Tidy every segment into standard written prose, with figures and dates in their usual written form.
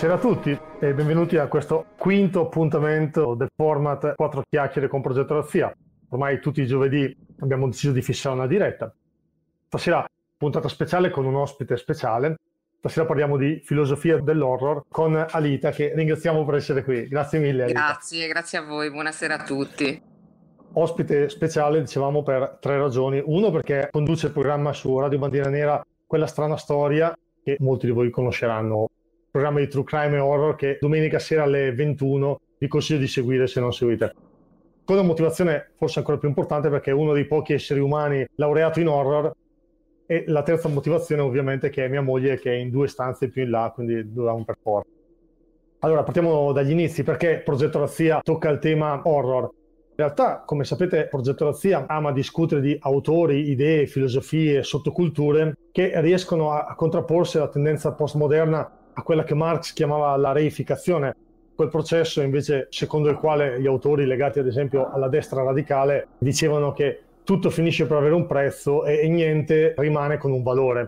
Buonasera a tutti e benvenuti a questo quinto appuntamento del format 4 chiacchiere con Progetto Razzia. Ormai tutti i giovedì abbiamo deciso di fissare una diretta. Stasera puntata speciale con un ospite speciale. Stasera parliamo di filosofia dell'horror con Alita, che ringraziamo per essere qui. Grazie mille, Alita. Grazie a voi, buonasera a tutti. Ospite speciale, dicevamo, per 3 ragioni. Uno, perché conduce il programma su Radio Bandiera Nera, Quella strana storia, che molti di voi conosceranno, programma di true crime e horror che domenica sera alle 21 vi consiglio di seguire se non seguite. Con una motivazione forse ancora più importante, perché è uno dei pochi esseri umani laureato in horror, e la terza motivazione ovviamente che è mia moglie, che è in 2 stanze più in là, quindi dovevamo per forza. Allora partiamo dagli inizi. Perché Progetto Razzia tocca il tema horror? In realtà, come sapete, Progetto Razzia ama discutere di autori, idee, filosofie, sottoculture che riescono a contrapporsi alla tendenza postmoderna, a quella che Marx chiamava la reificazione, quel processo invece secondo il quale gli autori legati ad esempio alla destra radicale dicevano che tutto finisce per avere un prezzo e niente rimane con un valore.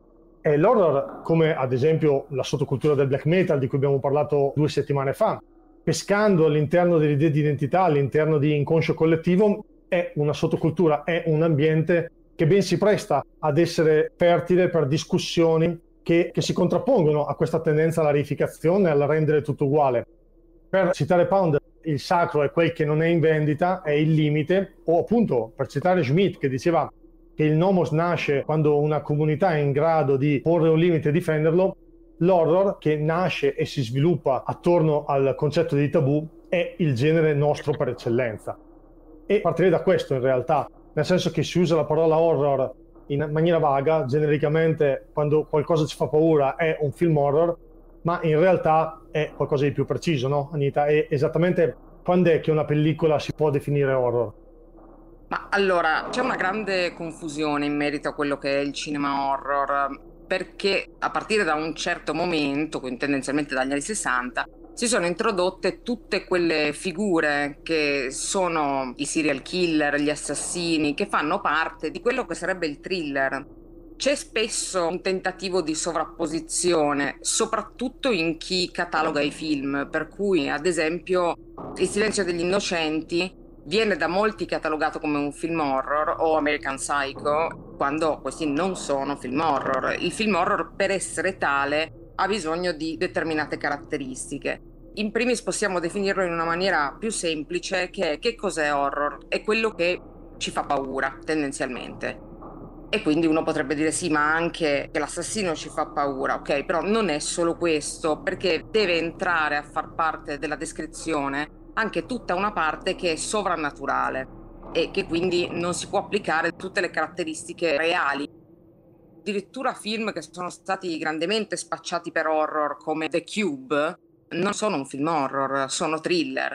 E l'horror, come ad esempio la sottocultura del black metal di cui abbiamo parlato 2 settimane fa, pescando all'interno delle idee di identità, all'interno di inconscio collettivo, è una sottocultura, è un ambiente che ben si presta ad essere fertile per discussioni che si contrappongono a questa tendenza alla reificazione, al rendere tutto uguale. Per citare Pound, il sacro è quel che non è in vendita, è il limite, o appunto per citare Schmidt che diceva che il nomos nasce quando una comunità è in grado di porre un limite e difenderlo. L'horror, che nasce e si sviluppa attorno al concetto di tabù, è il genere nostro per eccellenza. E partirei da questo in realtà, nel senso che si usa la parola horror in maniera vaga, genericamente quando qualcosa ci fa paura è un film horror, ma in realtà è qualcosa di più preciso, no Anita? E esattamente quando è che una pellicola si può definire horror? Ma allora, c'è una grande confusione in merito a quello che è il cinema horror, perché a partire da un certo momento, quindi tendenzialmente dagli anni 60, si sono introdotte tutte quelle figure che sono i serial killer, gli assassini, che fanno parte di quello che sarebbe il thriller. C'è spesso un tentativo di sovrapposizione, soprattutto in chi cataloga i film, per cui, ad esempio, Il silenzio degli innocenti viene da molti catalogato come un film horror o American Psycho, quando questi non sono film horror. Il film horror, per essere tale, ha bisogno di determinate caratteristiche. In primis possiamo definirlo in una maniera più semplice, che cos'è horror? È quello che ci fa paura, tendenzialmente. E quindi uno potrebbe dire sì, ma anche che l'assassino ci fa paura, ok? Però non è solo questo, perché deve entrare a far parte della descrizione anche tutta una parte che è sovrannaturale e che quindi non si può applicare tutte le caratteristiche reali. Addirittura film che sono stati grandemente spacciati per horror, come The Cube, non sono un film horror, sono thriller.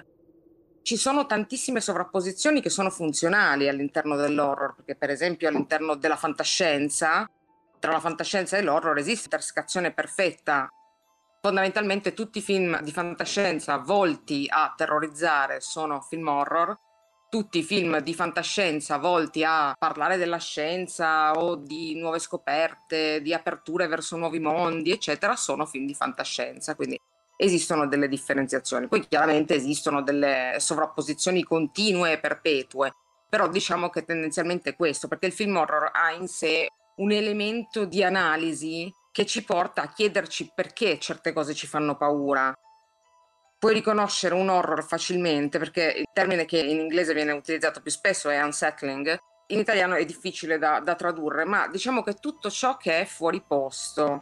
Ci sono tantissime sovrapposizioni che sono funzionali all'interno dell'horror, perché per esempio all'interno della fantascienza, tra la fantascienza e l'horror esiste un'interscazione perfetta. Fondamentalmente tutti i film di fantascienza volti a terrorizzare sono film horror, tutti i film di fantascienza volti a parlare della scienza o di nuove scoperte, di aperture verso nuovi mondi, eccetera, sono film di fantascienza. Quindi esistono delle differenziazioni. Poi chiaramente esistono delle sovrapposizioni continue e perpetue, però diciamo che tendenzialmente è questo, perché il film horror ha in sé un elemento di analisi che ci porta a chiederci perché certe cose ci fanno paura. Puoi riconoscere un horror facilmente, perché il termine che in inglese viene utilizzato più spesso è unsettling, in italiano è difficile da tradurre, ma diciamo che tutto ciò che è fuori posto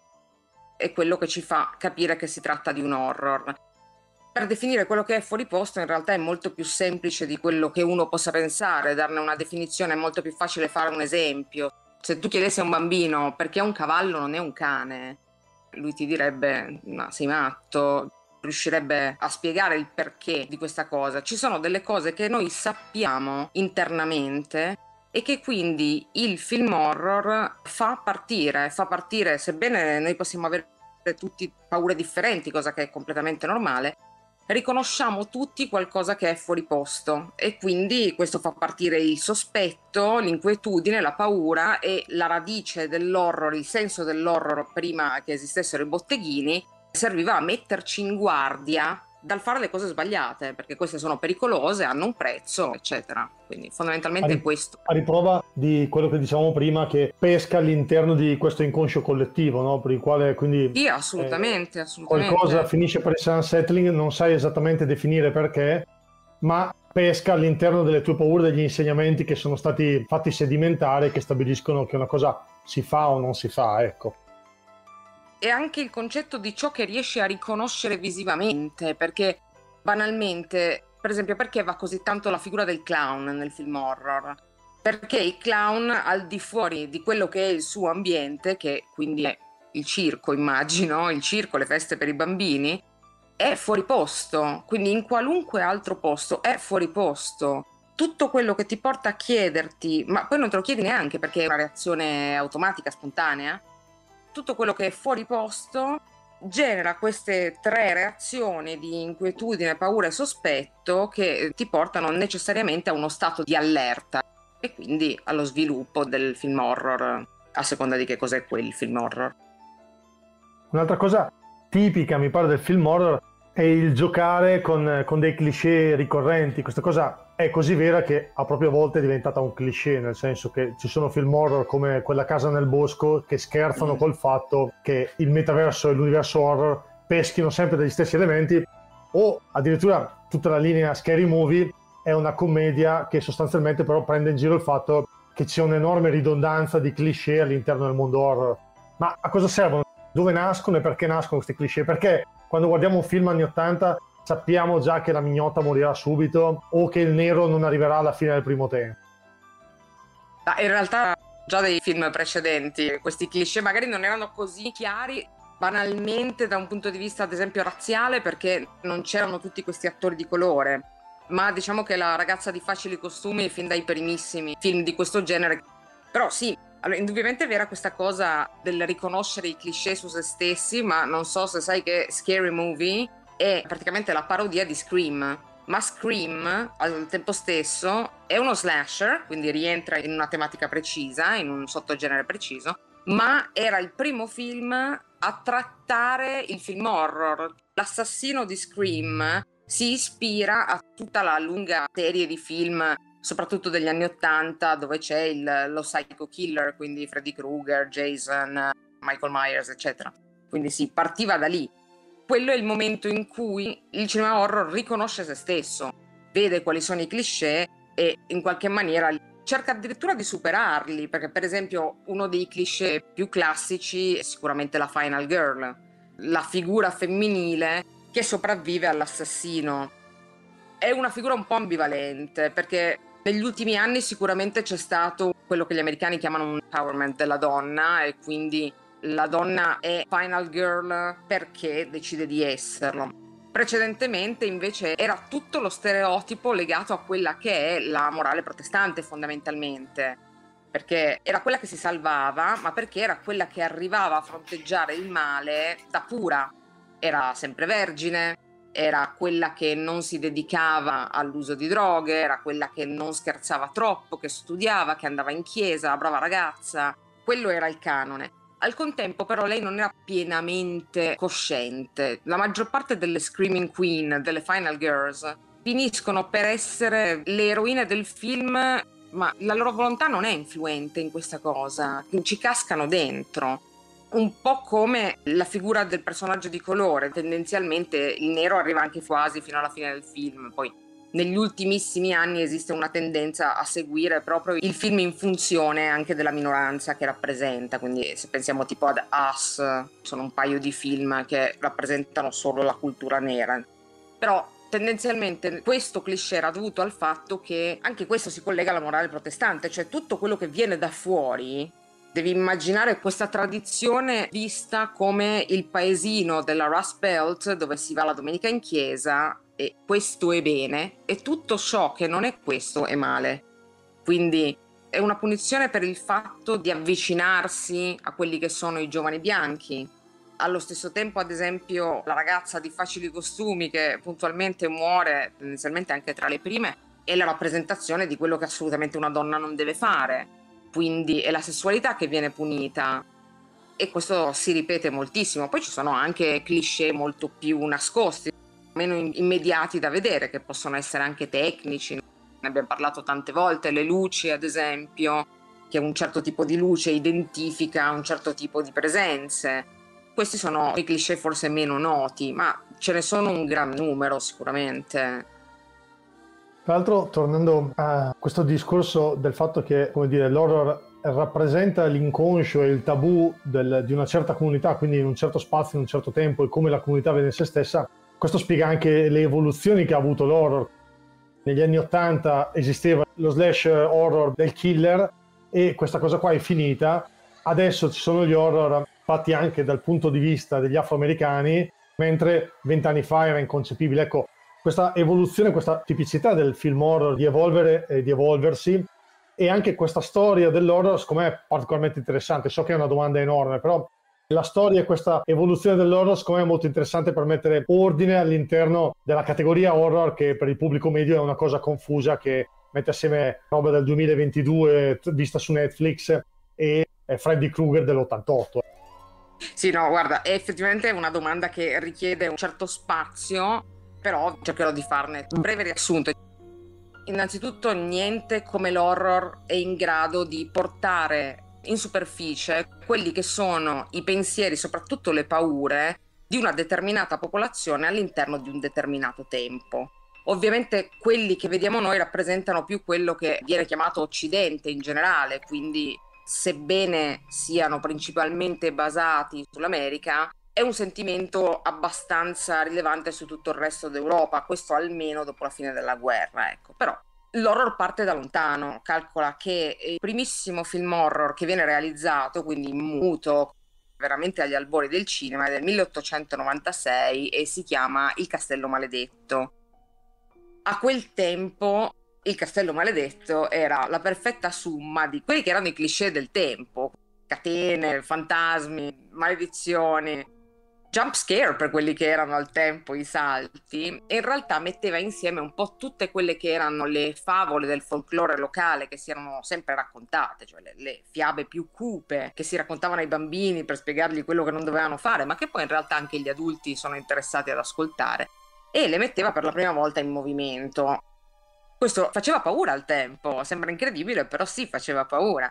è quello che ci fa capire che si tratta di un horror. Per definire quello che è fuori posto in realtà è molto più semplice di quello che uno possa pensare, darne una definizione è molto più facile fare un esempio. Se tu chiedessi a un bambino perché un cavallo non è un cane, lui ti direbbe ma sei matto, riuscirebbe a spiegare il perché di questa cosa. Ci sono delle cose che noi sappiamo internamente e che quindi il film horror fa partire, sebbene noi possiamo avere tutti paure differenti, cosa che è completamente normale, riconosciamo tutti qualcosa che è fuori posto e quindi questo fa partire il sospetto, l'inquietudine, la paura e la radice dell'horror, il senso dell'horror prima che esistessero i botteghini serviva a metterci in guardia dal fare le cose sbagliate, perché queste sono pericolose, hanno un prezzo, eccetera. Quindi fondamentalmente è questo. A riprova di quello che dicevamo prima, che pesca all'interno di questo inconscio collettivo, no? Per il quale quindi Sì, assolutamente. qualcosa finisce per essere unsettling, non sai esattamente definire perché, ma pesca all'interno delle tue paure, degli insegnamenti che sono stati fatti sedimentare, che stabiliscono che una cosa si fa o non si fa, ecco. E anche il concetto di ciò che riesci a riconoscere visivamente, perché banalmente, per esempio, perché va così tanto la figura del clown nel film horror? Perché il clown, al di fuori di quello che è il suo ambiente, che quindi è il circo, immagino, il circo, le feste per i bambini, è fuori posto, quindi in qualunque altro posto è fuori posto. Tutto quello che ti porta a chiederti, ma poi non te lo chiedi neanche perché è una reazione automatica, spontanea, tutto quello che è fuori posto genera queste 3 reazioni di inquietudine, paura e sospetto che ti portano necessariamente a uno stato di allerta e quindi allo sviluppo del film horror, a seconda di che cos'è quel film horror. Un'altra cosa tipica, mi pare, del film horror è il giocare con dei cliché ricorrenti. Questa cosa è così vera che a propria volta è diventata un cliché, nel senso che ci sono film horror come Quella casa nel bosco che scherzano col fatto che il metaverso e l'universo horror peschino sempre degli stessi elementi, o addirittura tutta la linea Scary Movie è una commedia che sostanzialmente però prende in giro il fatto che c'è un'enorme ridondanza di cliché all'interno del mondo horror. Ma a cosa servono? Dove nascono e perché nascono questi cliché? Perché quando guardiamo un film anni 80 sappiamo già che la mignotta morirà subito o che il nero non arriverà alla fine del primo tempo? In realtà già dei film precedenti questi cliché magari non erano così chiari, banalmente da un punto di vista ad esempio razziale, perché non c'erano tutti questi attori di colore, ma diciamo che La ragazza di facili costumi fin dai primissimi film di questo genere. Però sì, allora, indubbiamente è vera questa cosa del riconoscere i cliché su se stessi, ma non so se sai che Scary Movie è praticamente la parodia di Scream. Ma Scream al tempo stesso è uno slasher, quindi rientra in una tematica precisa, in un sottogenere preciso, ma era il primo film a trattare il film horror. L'assassino di Scream si ispira a tutta la lunga serie di film, soprattutto degli anni '80, dove c'è lo psycho killer, quindi Freddy Krueger, Jason, Michael Myers, eccetera. Quindi si partiva da lì. Quello è il momento in cui il cinema horror riconosce se stesso, vede quali sono i cliché e in qualche maniera cerca addirittura di superarli, perché per esempio uno dei cliché più classici è sicuramente la Final Girl, la figura femminile che sopravvive all'assassino. È una figura un po' ambivalente, perché negli ultimi anni sicuramente c'è stato quello che gli americani chiamano un empowerment della donna, e quindi la donna è Final Girl perché decide di esserlo. Precedentemente invece era tutto lo stereotipo legato a quella che è la morale protestante fondamentalmente, perché era quella che si salvava, ma perché era quella che arrivava a fronteggiare il male da pura. Era sempre vergine, era quella che non si dedicava all'uso di droghe, era quella che non scherzava troppo, che studiava, che andava in chiesa, brava ragazza. Quello era il canone. Al contempo però lei non era pienamente cosciente. La maggior parte delle Screaming Queen, delle Final Girls, finiscono per essere le eroine del film, ma la loro volontà non è influente in questa cosa, ci cascano dentro. Un po' come la figura del personaggio di colore, tendenzialmente il nero arriva anche quasi fino alla fine del film, poi negli ultimissimi anni esiste una tendenza a seguire proprio il film in funzione anche della minoranza che rappresenta, quindi se pensiamo tipo ad Us, sono un paio di film che rappresentano solo la cultura nera, però tendenzialmente questo cliché era dovuto al fatto che anche questo si collega alla morale protestante, cioè tutto quello che viene da fuori. Devi immaginare questa tradizione vista come il paesino della Rust Belt dove si va la domenica in chiesa e questo è bene e tutto ciò che non è questo è male. Quindi è una punizione per il fatto di avvicinarsi a quelli che sono i giovani bianchi. Allo stesso tempo, ad esempio, la ragazza di facili costumi che puntualmente muore, tendenzialmente anche tra le prime, è la rappresentazione di quello che assolutamente una donna non deve fare. Quindi è la sessualità che viene punita. e questo si ripete moltissimo. Poi ci sono anche cliché molto più nascosti, meno immediati da vedere, che possono essere anche tecnici. Ne abbiamo parlato tante volte, le luci ad esempio, che un certo tipo di luce identifica un certo tipo di presenze. Questi sono i cliché forse meno noti, ma ce ne sono un gran numero sicuramente. Tra l'altro, tornando a questo discorso del fatto che, come dire, l'horror rappresenta l'inconscio e il tabù di una certa comunità, quindi in un certo spazio, in un certo tempo, e come la comunità vede se stessa, questo spiega anche le evoluzioni che ha avuto l'horror. Negli anni '80 esisteva lo slash horror del killer e questa cosa qua è finita. Adesso ci sono gli horror fatti anche dal punto di vista degli afroamericani, mentre 20 anni fa era inconcepibile. Ecco, questa evoluzione, questa tipicità del film horror di evolvere e di evolversi, e anche questa storia dell'horror, secondo me è particolarmente interessante. So che è una domanda enorme, però la storia e questa evoluzione dell'horror secondo me è molto interessante per mettere ordine all'interno della categoria horror, che per il pubblico medio è una cosa confusa, che mette assieme roba del 2022 vista su Netflix e Freddy Krueger dell'88. Sì, no, guarda, è effettivamente una domanda che richiede un certo spazio, però cercherò di farne un breve riassunto. Innanzitutto, niente come l'horror è in grado di portare in superficie quelli che sono i pensieri, soprattutto le paure, di una determinata popolazione all'interno di un determinato tempo. Ovviamente quelli che vediamo noi rappresentano più quello che viene chiamato Occidente in generale, quindi sebbene siano principalmente basati sull'America, è un sentimento abbastanza rilevante su tutto il resto d'Europa, questo almeno dopo la fine della guerra, ecco. Però l'horror parte da lontano, calcola che il primissimo film horror che viene realizzato, quindi in muto, veramente agli albori del cinema, è del 1896 e si chiama Il Castello Maledetto. A quel tempo Il Castello Maledetto era la perfetta summa di quelli che erano i cliché del tempo: catene, fantasmi, maledizioni, jump scare per quelli che erano al tempo i salti, e in realtà metteva insieme un po' tutte quelle che erano le favole del folklore locale che si erano sempre raccontate, cioè le fiabe più cupe che si raccontavano ai bambini per spiegargli quello che non dovevano fare, ma che poi in realtà anche gli adulti sono interessati ad ascoltare, e le metteva per la prima volta in movimento. Questo faceva paura al tempo, sembra incredibile, però sì, faceva paura.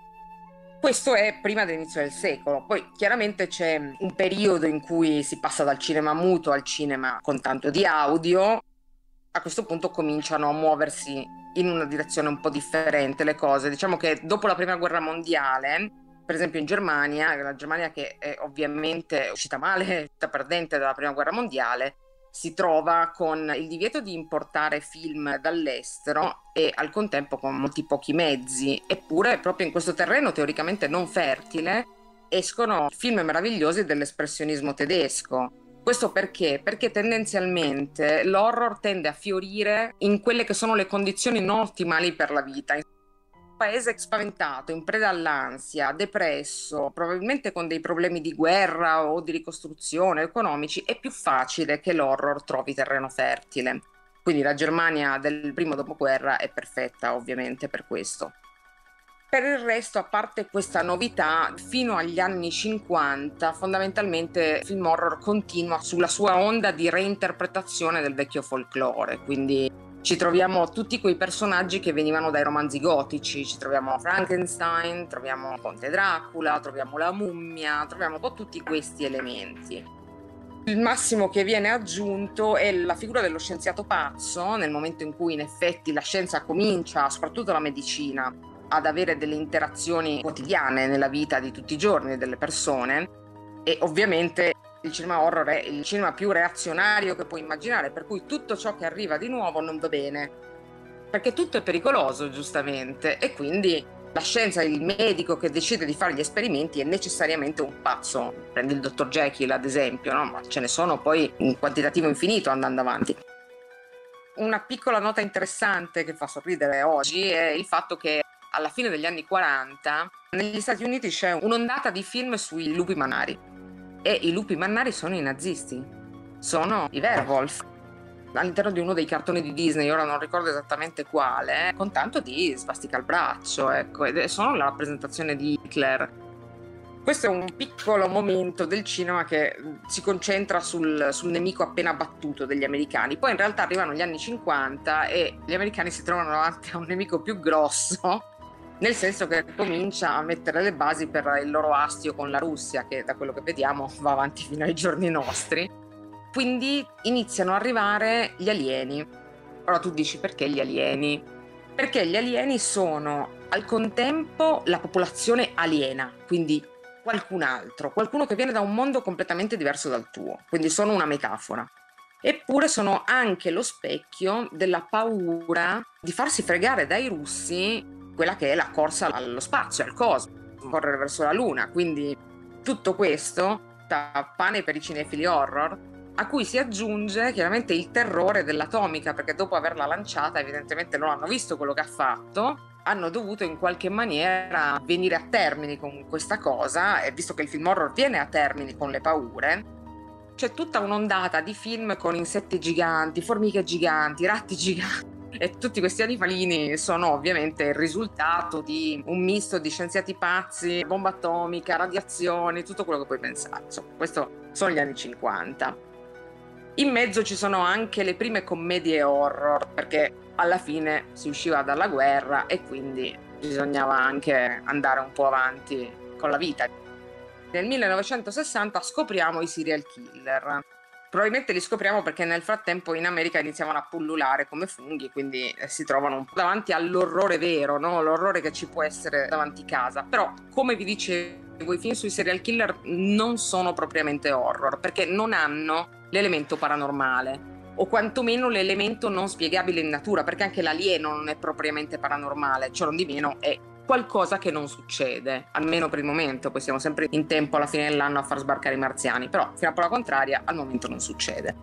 Questo è prima dell'inizio del secolo, poi chiaramente c'è un periodo in cui si passa dal cinema muto al cinema con tanto di audio. A questo punto cominciano a muoversi in una direzione un po' differente le cose. Diciamo che dopo la prima guerra mondiale, per esempio in Germania, la Germania che è ovviamente uscita male, è uscita perdente dalla prima guerra mondiale, si trova con il divieto di importare film dall'estero e al contempo con molti pochi mezzi. Eppure proprio in questo terreno teoricamente non fertile escono film meravigliosi dell'espressionismo tedesco. Questo perché? Perché tendenzialmente l'horror tende a fiorire in quelle che sono le condizioni non ottimali per la vita. Paese spaventato, in preda all'ansia, depresso, probabilmente con dei problemi di guerra o di ricostruzione economici, è più facile che l'horror trovi terreno fertile. Quindi la Germania del primo dopoguerra è perfetta, ovviamente, per questo. Per il resto, a parte questa novità, fino agli anni 50 fondamentalmente il film horror continua sulla sua onda di reinterpretazione del vecchio folklore, quindi ci troviamo tutti quei personaggi che venivano dai romanzi gotici, ci troviamo Frankenstein, troviamo Conte Dracula, troviamo la mummia, troviamo un po' tutti questi elementi. Il massimo che viene aggiunto è la figura dello scienziato pazzo, nel momento in cui in effetti la scienza comincia, soprattutto la medicina, ad avere delle interazioni quotidiane nella vita di tutti i giorni delle persone, e ovviamente il cinema horror è il cinema più reazionario che puoi immaginare, per cui tutto ciò che arriva di nuovo non va bene, perché tutto è pericoloso, giustamente, e quindi la scienza, il medico che decide di fare gli esperimenti è necessariamente un pazzo. Prendi il dottor Jekyll ad esempio, no? Ma ce ne sono poi un quantitativo infinito andando avanti. Una piccola nota interessante che fa sorridere oggi è il fatto che alla fine degli anni 40 negli Stati Uniti c'è un'ondata di film sui lupi mannari. E i lupi mannari sono i nazisti, sono i werewolf, all'interno di uno dei cartoni di Disney, ora non ricordo esattamente quale, con tanto di svastica al braccio, ecco, ed sono la rappresentazione di Hitler. Questo è un piccolo momento del cinema che si concentra sul nemico appena battuto degli americani. Poi in realtà arrivano gli anni 50 e gli americani si trovano davanti a un nemico più grosso, nel senso che comincia a mettere le basi per il loro astio con la Russia, che da quello che vediamo va avanti fino ai giorni nostri. Quindi iniziano ad arrivare gli alieni. Ora tu dici perché gli alieni? Perché gli alieni sono al contempo la popolazione aliena, quindi qualcun altro, qualcuno che viene da un mondo completamente diverso dal tuo, quindi sono una metafora. Eppure sono anche lo specchio della paura di farsi fregare dai russi quella che è la corsa allo spazio, al cosmo, correre verso la luna. Quindi tutto questo da pane per i cinefili horror, a cui si aggiunge chiaramente il terrore dell'atomica, perché dopo averla lanciata evidentemente non hanno visto quello che ha fatto, hanno dovuto in qualche maniera venire a termini con questa cosa, e visto che il film horror viene a termini con le paure, c'è tutta un'ondata di film con insetti giganti, formiche giganti, ratti giganti, e tutti questi animalini sono ovviamente il risultato di un misto di scienziati pazzi, bomba atomica, radiazioni, tutto quello che puoi pensare. Insomma, questo sono gli anni 50. In mezzo ci sono anche le prime commedie horror, perché alla fine si usciva dalla guerra e quindi bisognava anche andare un po' avanti con la vita. Nel 1960 scopriamo i serial killer. Probabilmente li scopriamo perché nel frattempo in America iniziavano a pullulare come funghi, quindi si trovano un po' davanti all'orrore vero, no? L'orrore che ci può essere davanti casa. Però, come vi dicevo, i film sui serial killer non sono propriamente horror, perché non hanno l'elemento paranormale, o quantomeno l'elemento non spiegabile in natura, perché anche l'alieno non è propriamente paranormale, ciò non di meno è qualcosa che non succede, almeno per il momento. Poi siamo sempre in tempo alla fine dell'anno a far sbarcare i marziani, però fino a prova contraria al momento non succede.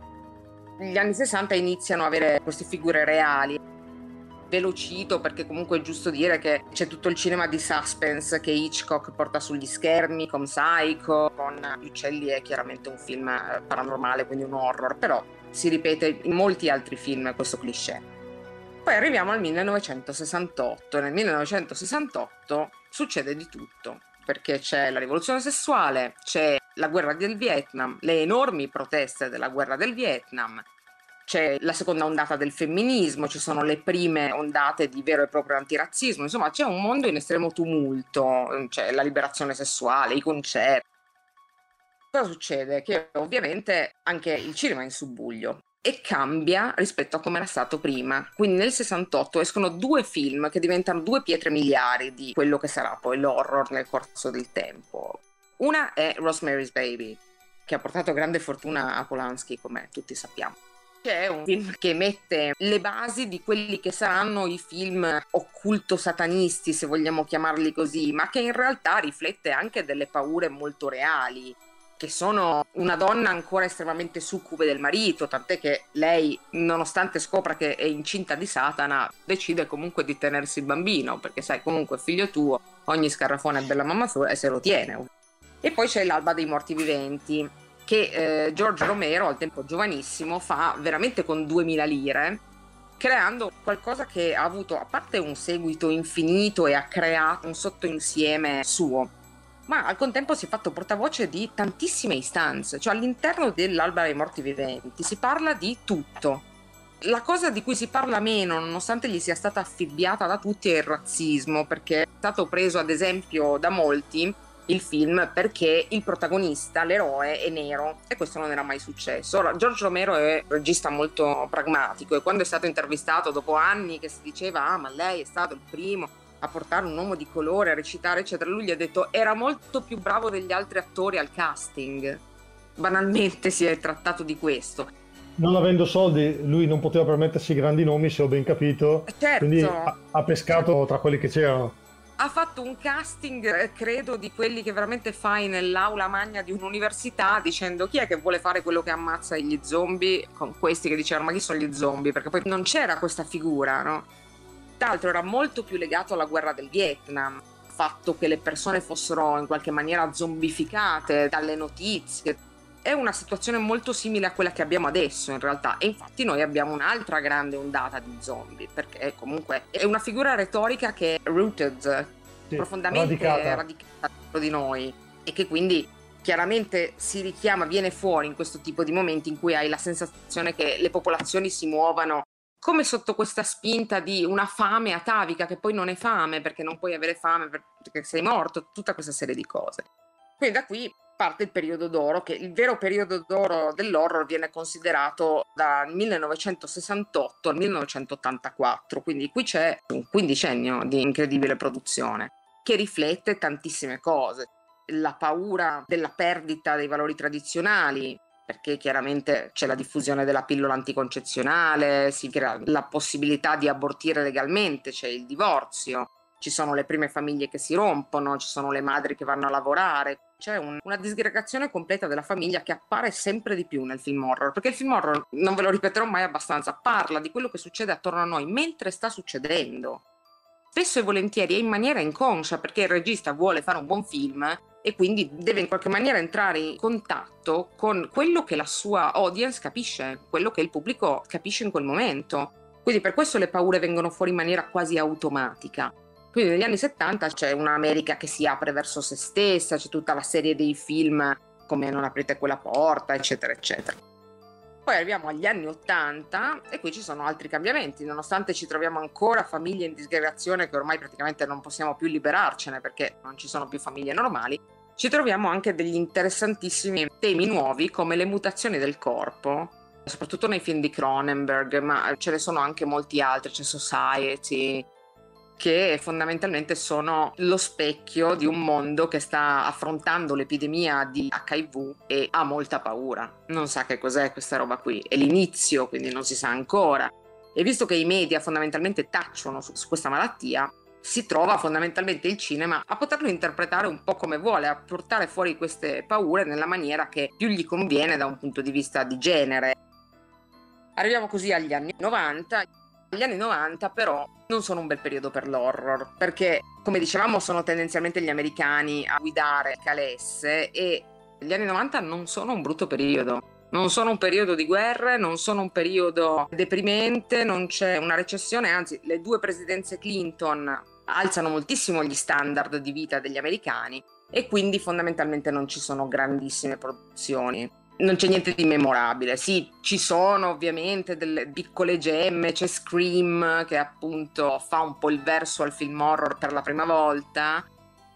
Gli anni 60 iniziano a avere queste figure reali. Ve lo cito perché comunque è giusto dire che c'è tutto il cinema di suspense che Hitchcock porta sugli schermi, con Psycho, con Gli uccelli è chiaramente un film paranormale, quindi un horror, però si ripete in molti altri film questo cliché. Poi arriviamo al 1968 e nel 1968 succede di tutto, perché c'è la rivoluzione sessuale, c'è la guerra del Vietnam, le enormi proteste della guerra del Vietnam, c'è la seconda ondata del femminismo, ci sono le prime ondate di vero e proprio antirazzismo, insomma c'è un mondo in estremo tumulto, c'è la liberazione sessuale, i concerti. Cosa succede? Che ovviamente anche il cinema è in subbuglio e cambia rispetto a come era stato prima. Quindi nel 68 escono due film che diventano due pietre miliari di quello che sarà poi l'horror nel corso del tempo. Una è Rosemary's Baby, che ha portato grande fortuna a Polanski, come tutti sappiamo. C'è un film che mette le basi di quelli che saranno i film occulto-satanisti, se vogliamo chiamarli così, ma che in realtà riflette anche delle paure molto reali, che sono una donna ancora estremamente succube del marito, tant'è che lei, nonostante scopra che è incinta di Satana, decide comunque di tenersi il bambino, perché sai, comunque figlio tuo, ogni scarrafone è bella mamma sua e se lo tiene. E poi c'è L'alba dei morti viventi, che George Romero, al tempo giovanissimo, fa veramente con 2000 lire, creando qualcosa che ha avuto, a parte un seguito infinito e ha creato un sottoinsieme suo, ma al contempo si è fatto portavoce di tantissime istanze. Cioè all'interno dell'Alba dei morti viventi si parla di tutto. La cosa di cui si parla meno, nonostante gli sia stata affibbiata da tutti, è il razzismo, perché è stato preso ad esempio da molti il film perché il protagonista, l'eroe, è nero, e questo non era mai successo. Ora, George Romero è un regista molto pragmatico, e quando è stato intervistato dopo anni che si diceva ma lei è stato il primo a portare un uomo di colore a recitare eccetera, lui gli ha detto era molto più bravo degli altri attori al casting. Banalmente si è trattato di questo. Non avendo soldi lui non poteva permettersi grandi nomi, se ho ben capito, Certo. quindi ha pescato tra quelli che c'erano. Ha fatto un casting, credo, di quelli che veramente fai nell'aula magna di un'università, dicendo chi è che vuole fare quello che ammazza gli zombie, con questi che dicevano ma chi sono gli zombie, perché poi non c'era questa figura, no? Tra l'altro era molto più legato alla guerra del Vietnam, il fatto che le persone fossero in qualche maniera zombificate dalle notizie. È una situazione molto simile a quella che abbiamo adesso in realtà, e infatti noi abbiamo un'altra grande ondata di zombie, perché comunque è una figura retorica che è rooted, sì, profondamente radicata di noi e che quindi chiaramente si richiama, viene fuori in questo tipo di momenti in cui hai la sensazione che le popolazioni si muovano come sotto questa spinta di una fame atavica, che poi non è fame perché non puoi avere fame perché sei morto, tutta questa serie di cose. Quindi da qui parte il periodo d'oro, che il vero periodo d'oro dell'horror viene considerato dal 1968 al 1984, quindi qui c'è un quindicennio di incredibile produzione che riflette tantissime cose. La paura della perdita dei valori tradizionali, perché chiaramente c'è la diffusione della pillola anticoncezionale, si crea la possibilità di abortire legalmente, c'è il divorzio, ci sono le prime famiglie che si rompono, ci sono le madri che vanno a lavorare, c'è una disgregazione completa della famiglia che appare sempre di più nel film horror, perché il film horror, non ve lo ripeterò mai abbastanza, parla di quello che succede attorno a noi mentre sta succedendo. Spesso e volentieri è in maniera inconscia, perché il regista vuole fare un buon film e quindi deve in qualche maniera entrare in contatto con quello che la sua audience capisce, quello che il pubblico capisce in quel momento. Quindi per questo le paure vengono fuori in maniera quasi automatica. Quindi negli anni 70 c'è un'America che si apre verso se stessa, c'è tutta la serie dei film come Non aprite quella porta, eccetera, eccetera. Poi arriviamo agli anni 80 e qui ci sono altri cambiamenti, nonostante ci troviamo ancora famiglie in disgregazione che ormai praticamente non possiamo più liberarcene perché non ci sono più famiglie normali, ci troviamo anche degli interessantissimi temi nuovi come le mutazioni del corpo, soprattutto nei film di Cronenberg, ma ce ne sono anche molti altri, c'è Society, che fondamentalmente sono lo specchio di un mondo che sta affrontando l'epidemia di HIV e ha molta paura, non sa che cos'è questa roba qui, è l'inizio, quindi non si sa ancora. E visto che i media fondamentalmente tacciono su questa malattia, si trova fondamentalmente il cinema a poterlo interpretare un po' come vuole, a portare fuori queste paure nella maniera che più gli conviene da un punto di vista di genere. Arriviamo così agli anni 90. Gli anni 90 però non sono un bel periodo per l'horror, perché come dicevamo sono tendenzialmente gli americani a guidare calesse e gli anni 90 non sono un brutto periodo. Non sono un periodo di guerre, non sono un periodo deprimente, non c'è una recessione, anzi le due presidenze Clinton alzano moltissimo gli standard di vita degli americani e quindi fondamentalmente non ci sono grandissime produzioni. Non c'è niente di memorabile, sì, ci sono ovviamente delle piccole gemme, c'è Scream che appunto fa un po' il verso al film horror per la prima volta,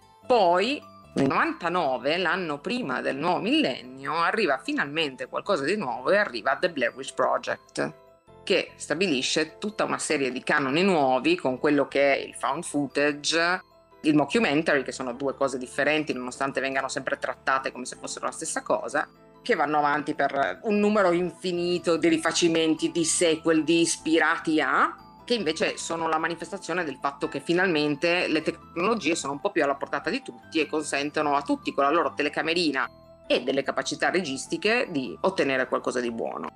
poi nel 99, l'anno prima del nuovo millennio, arriva finalmente qualcosa di nuovo e arriva The Blair Witch Project, che stabilisce tutta una serie di canoni nuovi con quello che è il found footage, il mockumentary, che sono due cose differenti nonostante vengano sempre trattate come se fossero la stessa cosa, che vanno avanti per un numero infinito di rifacimenti, di sequel, di ispirati a, che invece sono la manifestazione del fatto che finalmente le tecnologie sono un po' più alla portata di tutti e consentono a tutti con la loro telecamerina e delle capacità registiche di ottenere qualcosa di buono.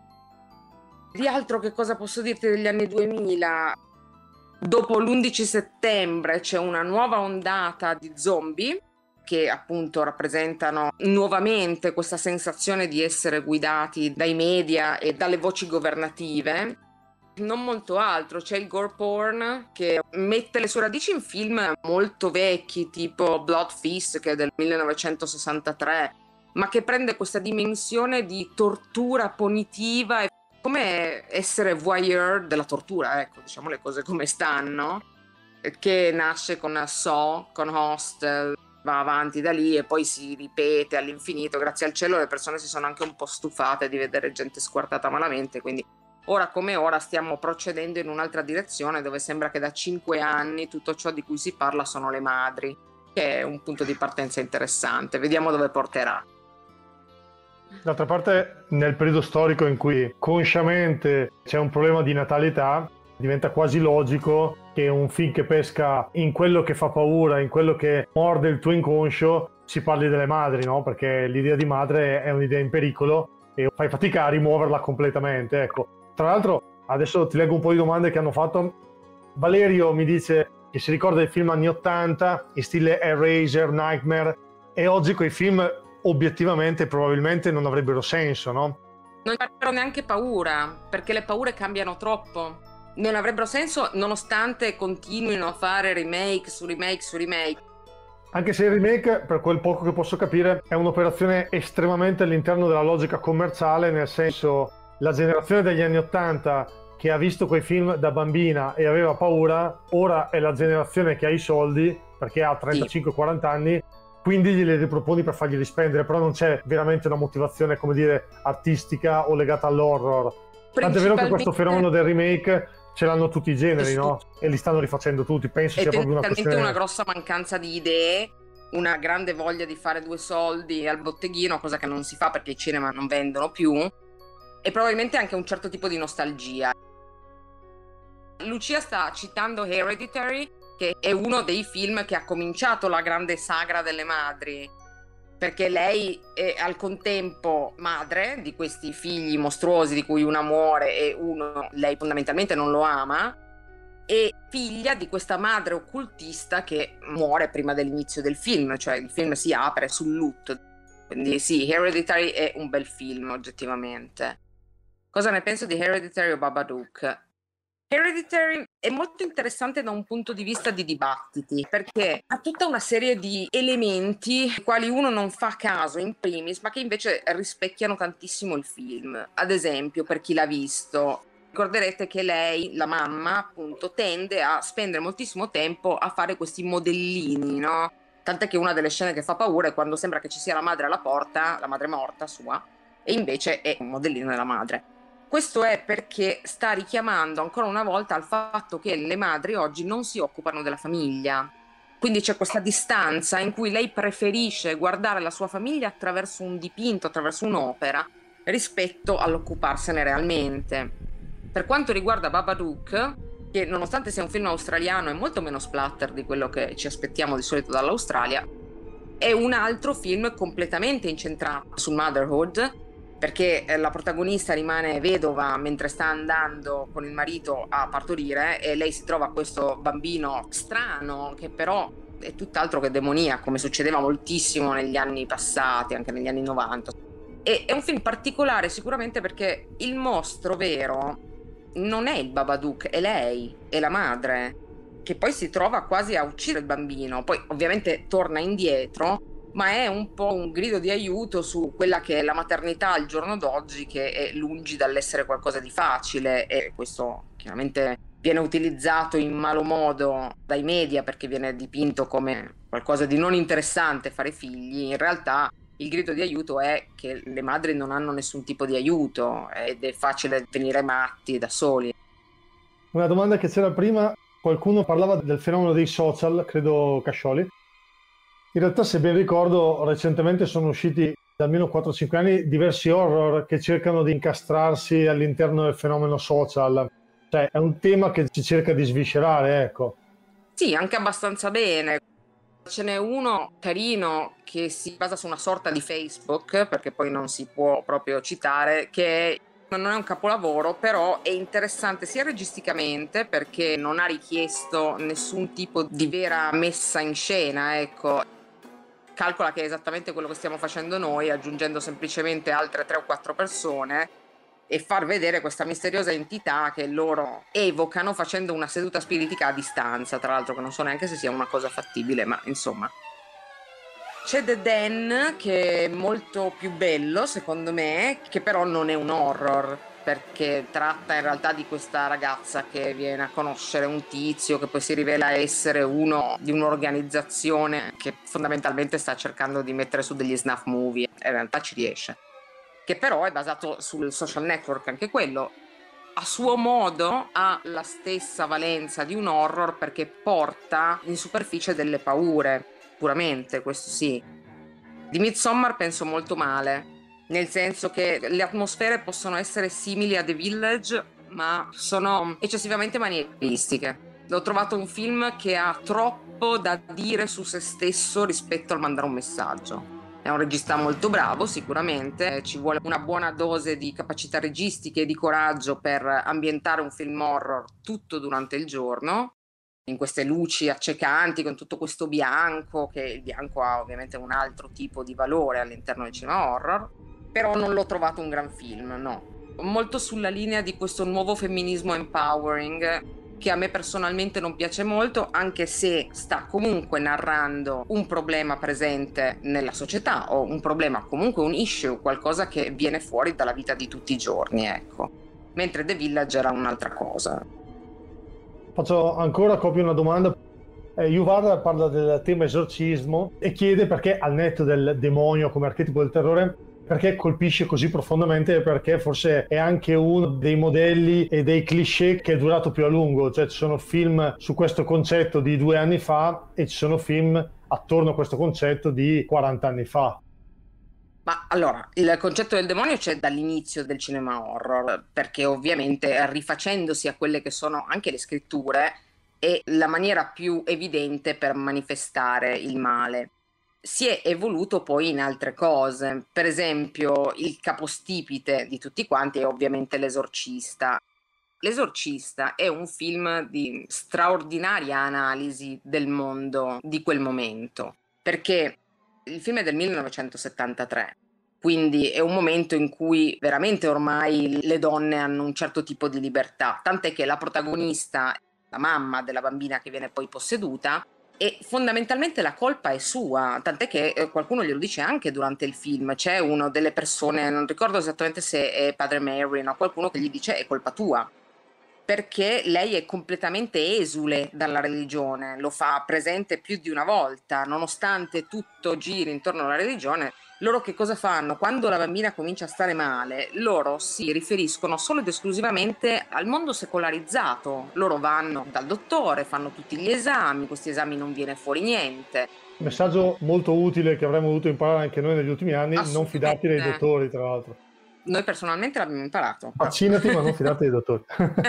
Di altro che cosa posso dirti degli anni 2000? Dopo l'11 settembre c'è una nuova ondata di zombie che appunto rappresentano nuovamente questa sensazione di essere guidati dai media e dalle voci governative. Non molto altro, c'è il gore porn che mette le sue radici in film molto vecchi tipo Blood Feast, che è del 1963, ma che prende questa dimensione di tortura punitiva, come essere voyeur della tortura, ecco, diciamo le cose come stanno, che nasce con Saw, con Hostel, va avanti da lì e poi si ripete all'infinito. Grazie al cielo le persone si sono anche un po' stufate di vedere gente squartata malamente, quindi ora come ora stiamo procedendo in un'altra direzione dove sembra che da 5 anni tutto ciò di cui si parla sono le madri, che è un punto di partenza interessante. Vediamo dove porterà. D'altra parte, nel periodo storico in cui consciamente c'è un problema di natalità, diventa quasi logico che un film che pesca in quello che fa paura, in quello che morde il tuo inconscio, si parli delle madri, no? Perché l'idea di madre è un'idea in pericolo e fai fatica a rimuoverla completamente, ecco. Tra l'altro, adesso ti leggo un po' di domande che hanno fatto. Valerio mi dice che si ricorda del film anni 80, in stile Eraser, Nightmare, e oggi quei film obiettivamente probabilmente non avrebbero senso, no? Non avrebbero neanche paura, perché le paure cambiano troppo. Non avrebbero senso nonostante continuino a fare remake su remake su remake. Anche se il remake, per quel poco che posso capire, è un'operazione estremamente all'interno della logica commerciale, nel senso, la generazione degli anni 80 che ha visto quei film da bambina e aveva paura, ora è la generazione che ha i soldi, perché ha 35-40 anni, quindi glieli riproponi per farglieli spendere, però non c'è veramente una motivazione, come dire, artistica o legata all'horror. Tanto è vero che questo fenomeno del remake ce l'hanno tutti i generi, no? E li stanno rifacendo tutti, penso sia proprio una questione... una grossa mancanza di idee, una grande voglia di fare due soldi al botteghino, cosa che non si fa perché i cinema non vendono più, e probabilmente anche un certo tipo di nostalgia. Lucia sta citando Hereditary, che è uno dei film che ha cominciato la grande sagra delle madri, perché lei è al contempo madre di questi figli mostruosi di cui uno muore e uno lei fondamentalmente non lo ama, e figlia di questa madre occultista che muore prima dell'inizio del film, cioè il film si apre sul lutto. Quindi sì, Hereditary è un bel film oggettivamente. Cosa ne penso di Hereditary o Babadook? Hereditary è molto interessante da un punto di vista di dibattiti, perché ha tutta una serie di elementi ai quali uno non fa caso in primis, ma che invece rispecchiano tantissimo il film. Ad esempio, per chi l'ha visto, ricorderete che lei, la mamma, appunto, tende a spendere moltissimo tempo a fare questi modellini, no? Tant'è che una delle scene che fa paura è quando sembra che ci sia la madre alla porta, la madre morta sua, e invece è un modellino della madre. Questo è perché sta richiamando ancora una volta al fatto che le madri oggi non si occupano della famiglia. Quindi c'è questa distanza in cui lei preferisce guardare la sua famiglia attraverso un dipinto, attraverso un'opera, rispetto all'occuparsene realmente. Per quanto riguarda Babadook, che nonostante sia un film australiano è molto meno splatter di quello che ci aspettiamo di solito dall'Australia, è un altro film completamente incentrato sul motherhood, perché la protagonista rimane vedova mentre sta andando con il marito a partorire e lei si trova questo bambino strano che però è tutt'altro che demoniaco, come succedeva moltissimo negli anni passati, anche negli anni 90. E è un film particolare sicuramente perché il mostro vero non è il Babadook, è lei, è la madre, che poi si trova quasi a uccidere il bambino, poi ovviamente torna indietro, ma è un po' un grido di aiuto su quella che è la maternità al giorno d'oggi, che è lungi dall'essere qualcosa di facile, e questo chiaramente viene utilizzato in malo modo dai media perché viene dipinto come qualcosa di non interessante fare figli. In realtà il grido di aiuto è che le madri non hanno nessun tipo di aiuto ed è facile venire matti da soli. Una domanda che c'era prima, qualcuno parlava del fenomeno dei social, credo Cascioli. In realtà, se ben ricordo, recentemente sono usciti da almeno 4-5 anni diversi horror che cercano di incastrarsi all'interno del fenomeno social. Cioè, è un tema che si cerca di sviscerare, ecco. Sì, anche abbastanza bene. Ce n'è uno carino che si basa su una sorta di Facebook, perché poi non si può proprio citare, che non è un capolavoro, però è interessante sia registicamente, perché non ha richiesto nessun tipo di vera messa in scena, ecco. Calcola che è esattamente quello che stiamo facendo noi, aggiungendo semplicemente altre 3 o 4 persone e far vedere questa misteriosa entità che loro evocano facendo una seduta spiritica a distanza, tra l'altro, che non so neanche se sia una cosa fattibile, ma insomma. C'è The Den, che è molto più bello secondo me, che però non è un horror, perché tratta in realtà di questa ragazza che viene a conoscere un tizio che poi si rivela essere uno di un'organizzazione che fondamentalmente sta cercando di mettere su degli snuff movie, e in realtà ci riesce, che però è basato sul social network, anche quello a suo modo ha la stessa valenza di un horror perché porta in superficie delle paure, puramente, questo sì. Di Midsommar penso molto male, nel senso che le atmosfere possono essere simili a The Village, ma sono eccessivamente manieristiche. L'ho trovato un film che ha troppo da dire su se stesso rispetto al mandare un messaggio. È un regista molto bravo, sicuramente, ci vuole una buona dose di capacità registiche e di coraggio per ambientare un film horror tutto durante il giorno, in queste luci accecanti, con tutto questo bianco, che il bianco ha ovviamente un altro tipo di valore all'interno del cinema horror, però non l'ho trovato un gran film, no. Molto sulla linea di questo nuovo femminismo empowering che a me personalmente non piace molto, anche se sta comunque narrando un problema presente nella società, o un problema, comunque un issue, qualcosa che viene fuori dalla vita di tutti i giorni, ecco. Mentre The Village era un'altra cosa. Faccio ancora copio una domanda. Yuval parla del tema esorcismo e chiede perché, al netto del demonio come archetipo del terrore, perché colpisce così profondamente, perché forse è anche uno dei modelli e dei cliché che è durato più a lungo. Cioè ci sono film su questo concetto di 2 anni fa e ci sono film attorno a questo concetto di 40 anni fa. Ma allora, il concetto del demonio c'è dall'inizio del cinema horror, perché ovviamente rifacendosi a quelle che sono anche le scritture è la maniera più evidente per manifestare il male. Si è evoluto poi in altre cose, per esempio il capostipite di tutti quanti è ovviamente L'Esorcista. L'Esorcista è un film di straordinaria analisi del mondo di quel momento, perché il film è del 1973, quindi è un momento in cui veramente ormai le donne hanno un certo tipo di libertà, tant'è che la protagonista, la mamma della bambina che viene poi posseduta, e fondamentalmente la colpa è sua, tant'è che qualcuno glielo dice anche durante il film. C'è uno delle persone, non ricordo esattamente se è padre Mary, no, qualcuno che gli dice è colpa tua, perché lei è completamente esule dalla religione, lo fa presente più di una volta, nonostante tutto giri intorno alla religione. Loro che cosa fanno? Quando la bambina comincia a stare male, loro si riferiscono solo ed esclusivamente al mondo secolarizzato. Loro vanno dal dottore, fanno tutti gli esami, questi esami non viene fuori niente. Messaggio molto utile che avremmo dovuto imparare anche noi negli ultimi anni: non fidarti dei dottori, tra l'altro. Noi personalmente l'abbiamo imparato. Vaccinati, ma non fidarti dei dottori.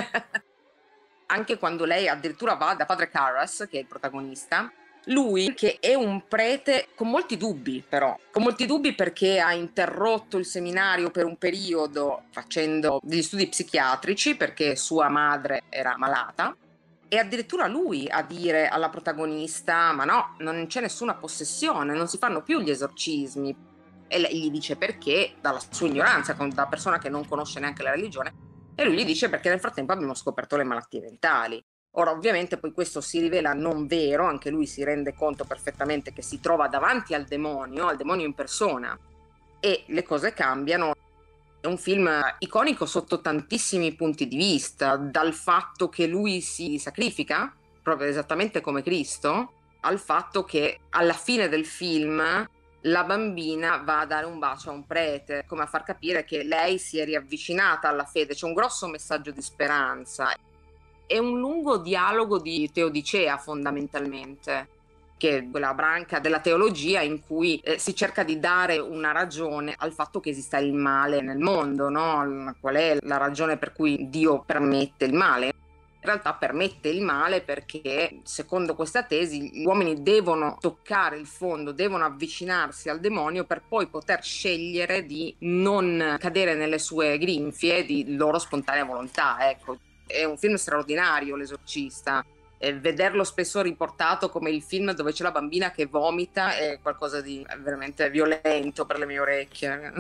Anche quando lei addirittura va da padre Karras, che è il protagonista, lui che è un prete con molti dubbi, però, con molti dubbi perché ha interrotto il seminario per un periodo facendo degli studi psichiatrici perché sua madre era malata, e addirittura lui a dire alla protagonista: ma no, non c'è nessuna possessione, non si fanno più gli esorcismi. E lei gli dice perché, dalla sua ignoranza, da persona che non conosce neanche la religione, e lui gli dice perché nel frattempo abbiamo scoperto le malattie mentali. Ora ovviamente poi questo si rivela non vero, anche lui si rende conto perfettamente che si trova davanti al demonio in persona, e le cose cambiano. È un film iconico sotto tantissimi punti di vista, dal fatto che lui si sacrifica, proprio esattamente come Cristo, al fatto che alla fine del film la bambina va a dare un bacio a un prete, come a far capire che lei si è riavvicinata alla fede. C'è un grosso messaggio di speranza. È un lungo dialogo di teodicea, fondamentalmente, che è quella branca della teologia in cui si cerca di dare una ragione al fatto che esista il male nel mondo, no? Qual è la ragione per cui Dio permette il male? In realtà permette il male perché, secondo questa tesi, gli uomini devono toccare il fondo, devono avvicinarsi al demonio per poi poter scegliere di non cadere nelle sue grinfie di loro spontanea volontà. Ecco, è un film straordinario, L'Esorcista. E vederlo spesso riportato come il film dove c'è la bambina che vomita è qualcosa di veramente violento per le mie orecchie.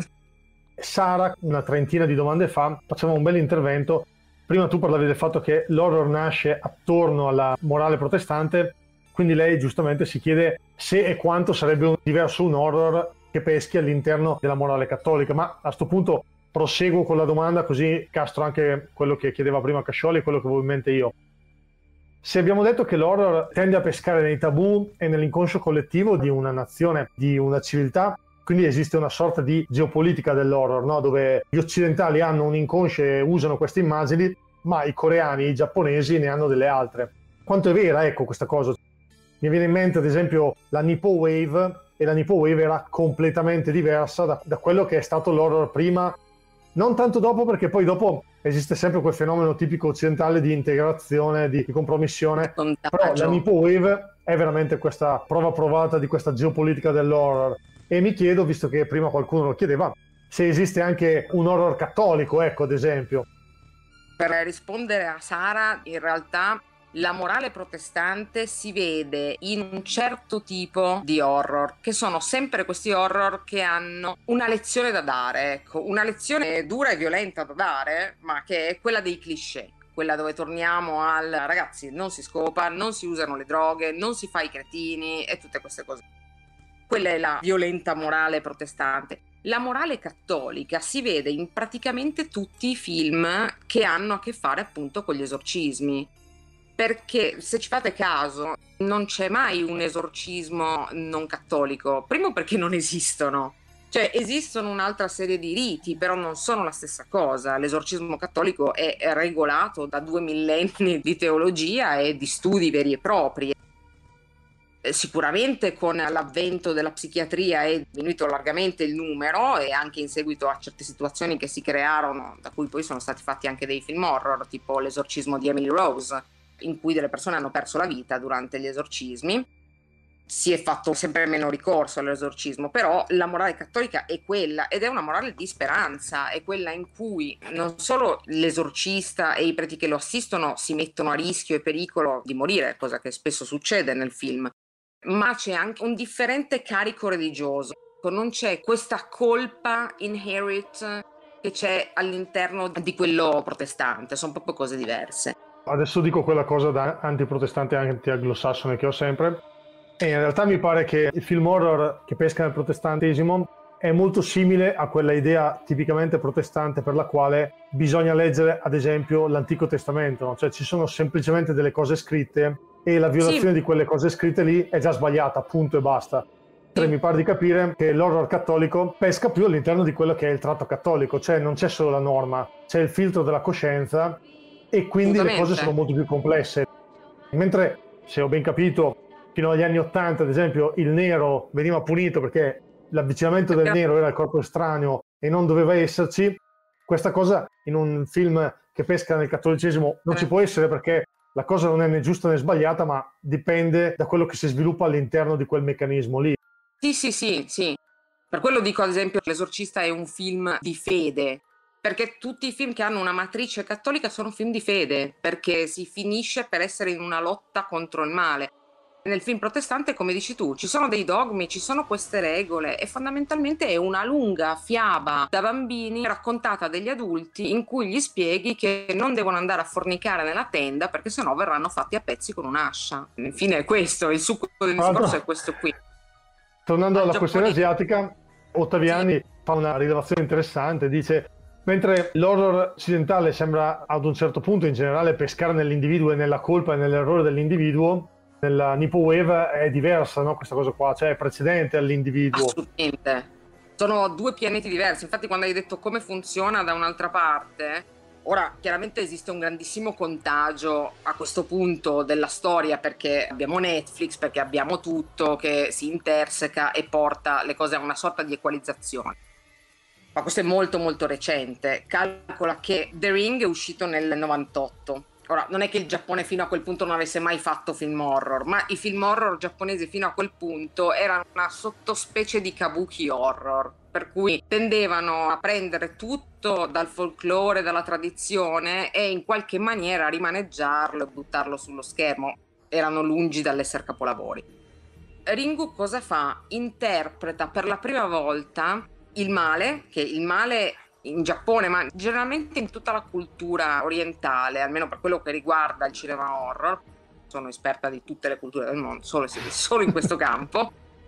Sara, una trentina di domande fa, facciamo un bel intervento. Prima tu parlavi del fatto che l'horror nasce attorno alla morale protestante, quindi lei giustamente si chiede se e quanto sarebbe diverso un horror che peschi all'interno della morale cattolica. Ma a sto punto proseguo con la domanda, così castro anche quello che chiedeva prima Cascioli e quello che avevo in mente io. Se abbiamo detto che l'horror tende a pescare nei tabù e nell'inconscio collettivo di una nazione, di una civiltà, quindi esiste una sorta di geopolitica dell'horror, no? Dove gli occidentali hanno un inconscio e usano queste immagini, ma i coreani e i giapponesi ne hanno delle altre. Quanto è vera, ecco, questa cosa? Mi viene in mente ad esempio la Nippo Wave, e la Nippo Wave era completamente diversa da quello che è stato l'horror prima, non tanto dopo, perché poi dopo esiste sempre quel fenomeno tipico occidentale di integrazione, di compromissione, però la Nippo Wave è veramente questa prova provata di questa geopolitica dell'horror. E mi chiedo, visto che prima qualcuno lo chiedeva, se esiste anche un horror cattolico, ecco, ad esempio. Per rispondere a Sara, in realtà la morale protestante si vede in un certo tipo di horror, che sono sempre questi horror che hanno una lezione da dare, ecco, una lezione dura e violenta da dare, ma che è quella dei cliché. quella dove torniamo al ragazzi, non si scopa, non si usano le droghe, non si fa i cretini e tutte queste cose. Quella è la violenta morale protestante. La morale cattolica si vede in praticamente tutti i film che hanno a che fare appunto con gli esorcismi, perché se ci fate caso non c'è mai un esorcismo non cattolico, primo perché non esistono, cioè esistono un'altra serie di riti, però non sono la stessa cosa. L'esorcismo cattolico è regolato da 2 millenni di teologia e di studi veri e propri. Sicuramente con l'avvento della psichiatria è diminuito largamente il numero, e anche in seguito a certe situazioni che si crearono, da cui poi sono stati fatti anche dei film horror, tipo l'esorcismo di Emily Rose, in cui delle persone hanno perso la vita durante gli esorcismi. Si è fatto sempre meno ricorso all'esorcismo, però la morale cattolica è quella, ed è una morale di speranza, è quella in cui non solo l'esorcista e i preti che lo assistono si mettono a rischio e pericolo di morire, cosa che spesso succede nel film, ma c'è anche un differente carico religioso. Non c'è questa colpa inherent che c'è all'interno di quello protestante, sono proprio cose diverse. Adesso dico quella cosa da antiprotestante e anti-anglosassone che ho sempre, e in realtà mi pare che il film horror che pesca nel protestantesimo è molto simile a quella idea tipicamente protestante per la quale bisogna leggere ad esempio l'Antico Testamento, no? Cioè ci sono semplicemente delle cose scritte e la violazione di quelle cose scritte lì è già sbagliata, punto e basta. Mi pare di capire che l'horror cattolico pesca più all'interno di quello che è il tratto cattolico, cioè non c'è solo la norma, c'è il filtro della coscienza e quindi le cose sono molto più complesse. Mentre, se ho ben capito, fino agli anni '80 ad esempio il nero veniva punito perché l'avvicinamento del nero era il corpo estraneo e non doveva esserci, questa cosa in un film che pesca nel cattolicesimo non ci può essere, perché la cosa non è né giusta né sbagliata, ma dipende da quello che si sviluppa all'interno di quel meccanismo lì. Sì. Per quello dico ad esempio che L'Esorcista è un film di fede, perché tutti i film che hanno una matrice cattolica sono film di fede, perché si finisce per essere in una lotta contro il male. Nel film protestante, come dici tu, ci sono dei dogmi, ci sono queste regole, e fondamentalmente è una lunga fiaba da bambini raccontata dagli adulti in cui gli spieghi che non devono andare a fornicare nella tenda perché sennò verranno fatti a pezzi con un'ascia. Infine è questo, il succo del discorso è questo qui. Tornando alla questione asiatica, Ottaviani fa una rilevazione interessante, dice: mentre l'horror occidentale sembra ad un certo punto in generale pescare nell'individuo e nella colpa e nell'errore dell'individuo, nella Nippo Wave è diversa, no? Questa cosa qua, cioè è precedente all'individuo. Assolutamente. Sono due pianeti diversi. Infatti quando hai detto come funziona da un'altra parte, ora chiaramente esiste un grandissimo contagio a questo punto della storia, perché abbiamo Netflix, perché abbiamo tutto che si interseca e porta le cose a una sorta di equalizzazione. Ma questo è molto molto recente. Calcola che The Ring è uscito nel 98. Ora, non è che il Giappone fino a quel punto non avesse mai fatto film horror, ma i film horror giapponesi fino a quel punto erano una sottospecie di kabuki horror, per cui tendevano a prendere tutto dal folklore, dalla tradizione, e in qualche maniera rimaneggiarlo e buttarlo sullo schermo. Erano lungi dall'essere capolavori. Ringu cosa fa? Interpreta per la prima volta il male, che il male in Giappone, ma generalmente in tutta la cultura orientale, almeno per quello che riguarda il cinema horror, sono esperta di tutte le culture del mondo, solo in questo campo.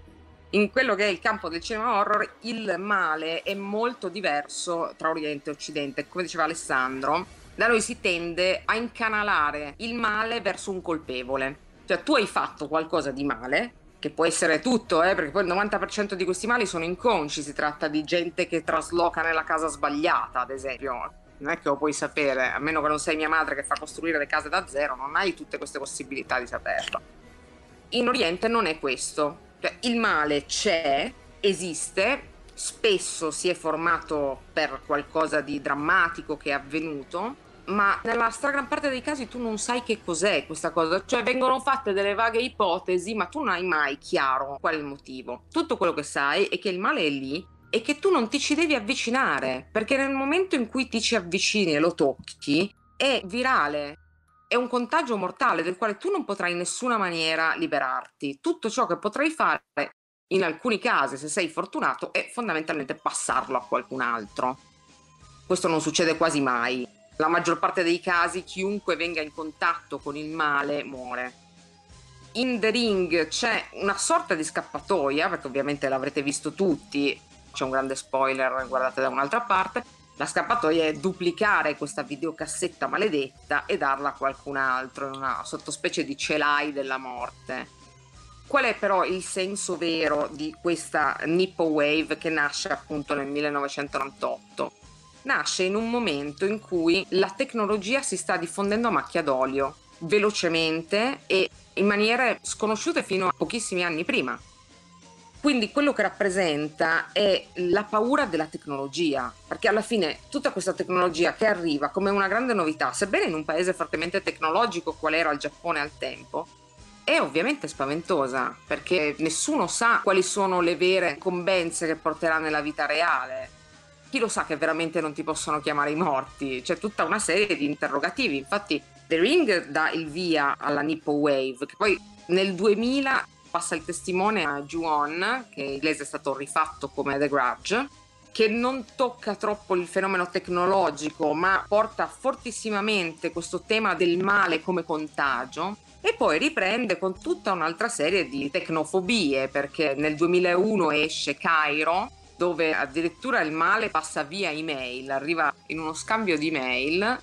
In quello che è il campo del cinema horror, il male è molto diverso tra Oriente e Occidente. Come diceva Alessandro, da noi si tende a incanalare il male verso un colpevole. Cioè tu hai fatto qualcosa di male, che può essere tutto, perché poi il 90% di questi mali sono inconsci, si tratta di gente che trasloca nella casa sbagliata, ad esempio. Non è che lo puoi sapere, a meno che non sei mia madre che fa costruire le case da zero, non hai tutte queste possibilità di saperlo. In Oriente non è questo, cioè il male c'è, esiste, spesso si è formato per qualcosa di drammatico che è avvenuto, ma nella stragrande parte dei casi tu non sai che cos'è questa cosa, cioè vengono fatte delle vaghe ipotesi, ma tu non hai mai chiaro qual è il motivo. Tutto quello che sai è che il male è lì e che tu non ti ci devi avvicinare, perché nel momento in cui ti ci avvicini e lo tocchi è virale, è un contagio mortale del quale tu non potrai in nessuna maniera liberarti. Tutto ciò che potrai fare in alcuni casi, se sei fortunato, è fondamentalmente passarlo a qualcun altro. Questo non succede quasi mai. la maggior parte dei casi chiunque venga in contatto con il male muore. In The Ring c'è una sorta di scappatoia, perché ovviamente l'avrete visto tutti, c'è un grande spoiler, guardate da un'altra parte. La scappatoia è duplicare questa videocassetta maledetta e darla a qualcun altro, in una sottospecie di celai della morte. Qual è però il senso vero di questa Nippo Wave che nasce appunto nel 1998? Nasce in un momento in cui la tecnologia si sta diffondendo a macchia d'olio, velocemente e in maniere sconosciute fino a pochissimi anni prima. Quindi quello che rappresenta è la paura della tecnologia, perché alla fine tutta questa tecnologia che arriva come una grande novità, sebbene in un paese fortemente tecnologico qual era il Giappone al tempo, è ovviamente spaventosa, perché nessuno sa quali sono le vere incombenze che porterà nella vita reale. Chi lo sa che veramente non ti possono chiamare i morti? C'è tutta una serie di interrogativi. Infatti The Ring dà il via alla Nippo Wave, che poi nel 2000 passa il testimone a Ju-On, che in inglese è stato rifatto come The Grudge, che non tocca troppo il fenomeno tecnologico, ma porta fortissimamente questo tema del male come contagio, e poi riprende con tutta un'altra serie di tecnofobie, perché nel 2001 esce Cairo, dove addirittura il male passa via email, arriva in uno scambio di email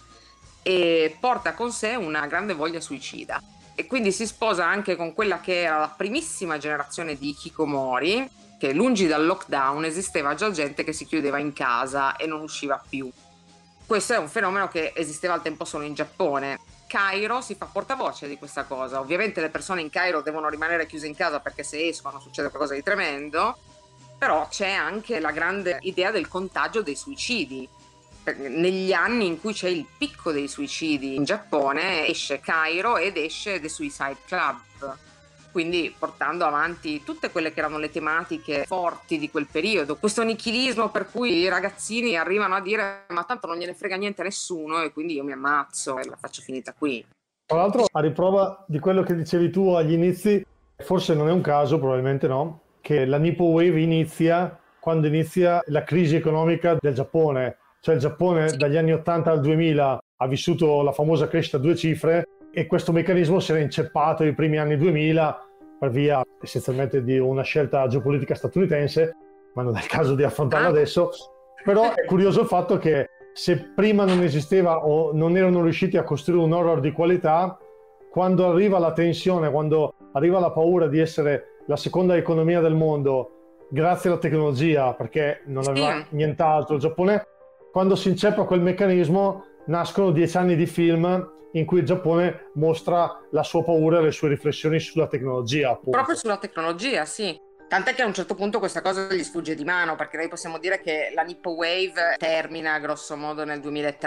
e porta con sé una grande voglia suicida. E quindi si sposa anche con quella che era la primissima generazione di hikikomori, che lungi dal lockdown esisteva già gente che si chiudeva in casa e non usciva più. Questo è un fenomeno che esisteva al tempo solo in Giappone. Cairo si fa portavoce di questa cosa. Ovviamente le persone in Cairo devono rimanere chiuse in casa perché se escono succede qualcosa di tremendo, però c'è anche la grande idea del contagio dei suicidi. Negli anni in cui c'è il picco dei suicidi in Giappone esce Cairo ed esce The Suicide Club, quindi portando avanti tutte quelle che erano le tematiche forti di quel periodo, questo nichilismo per cui i ragazzini arrivano a dire ma tanto non gliene frega niente a nessuno e quindi io mi ammazzo e la faccio finita qui. Tra l'altro, a riprova di quello che dicevi tu agli inizi, forse non è un caso, probabilmente no, che la Nippo Wave inizia quando inizia la crisi economica del Giappone. Cioè il Giappone dagli anni 80 al 2000 ha vissuto la famosa crescita a 2 cifre e questo meccanismo si era inceppato nei primi anni 2000 per via essenzialmente di una scelta geopolitica statunitense, ma non è il caso di affrontarlo adesso. Però è curioso il fatto che se prima non esisteva o non erano riusciti a costruire un horror di qualità, quando arriva la tensione, quando arriva la paura di essere la seconda economia del mondo grazie alla tecnologia, perché non aveva nient'altro il Giappone, quando si inceppa quel meccanismo nascono 10 anni di film in cui il Giappone mostra la sua paura e le sue riflessioni sulla tecnologia. Appunto. Proprio sulla tecnologia, sì. Tant'è che a un certo punto questa cosa gli sfugge di mano, perché noi possiamo dire che la Nippo Wave termina grosso modo nel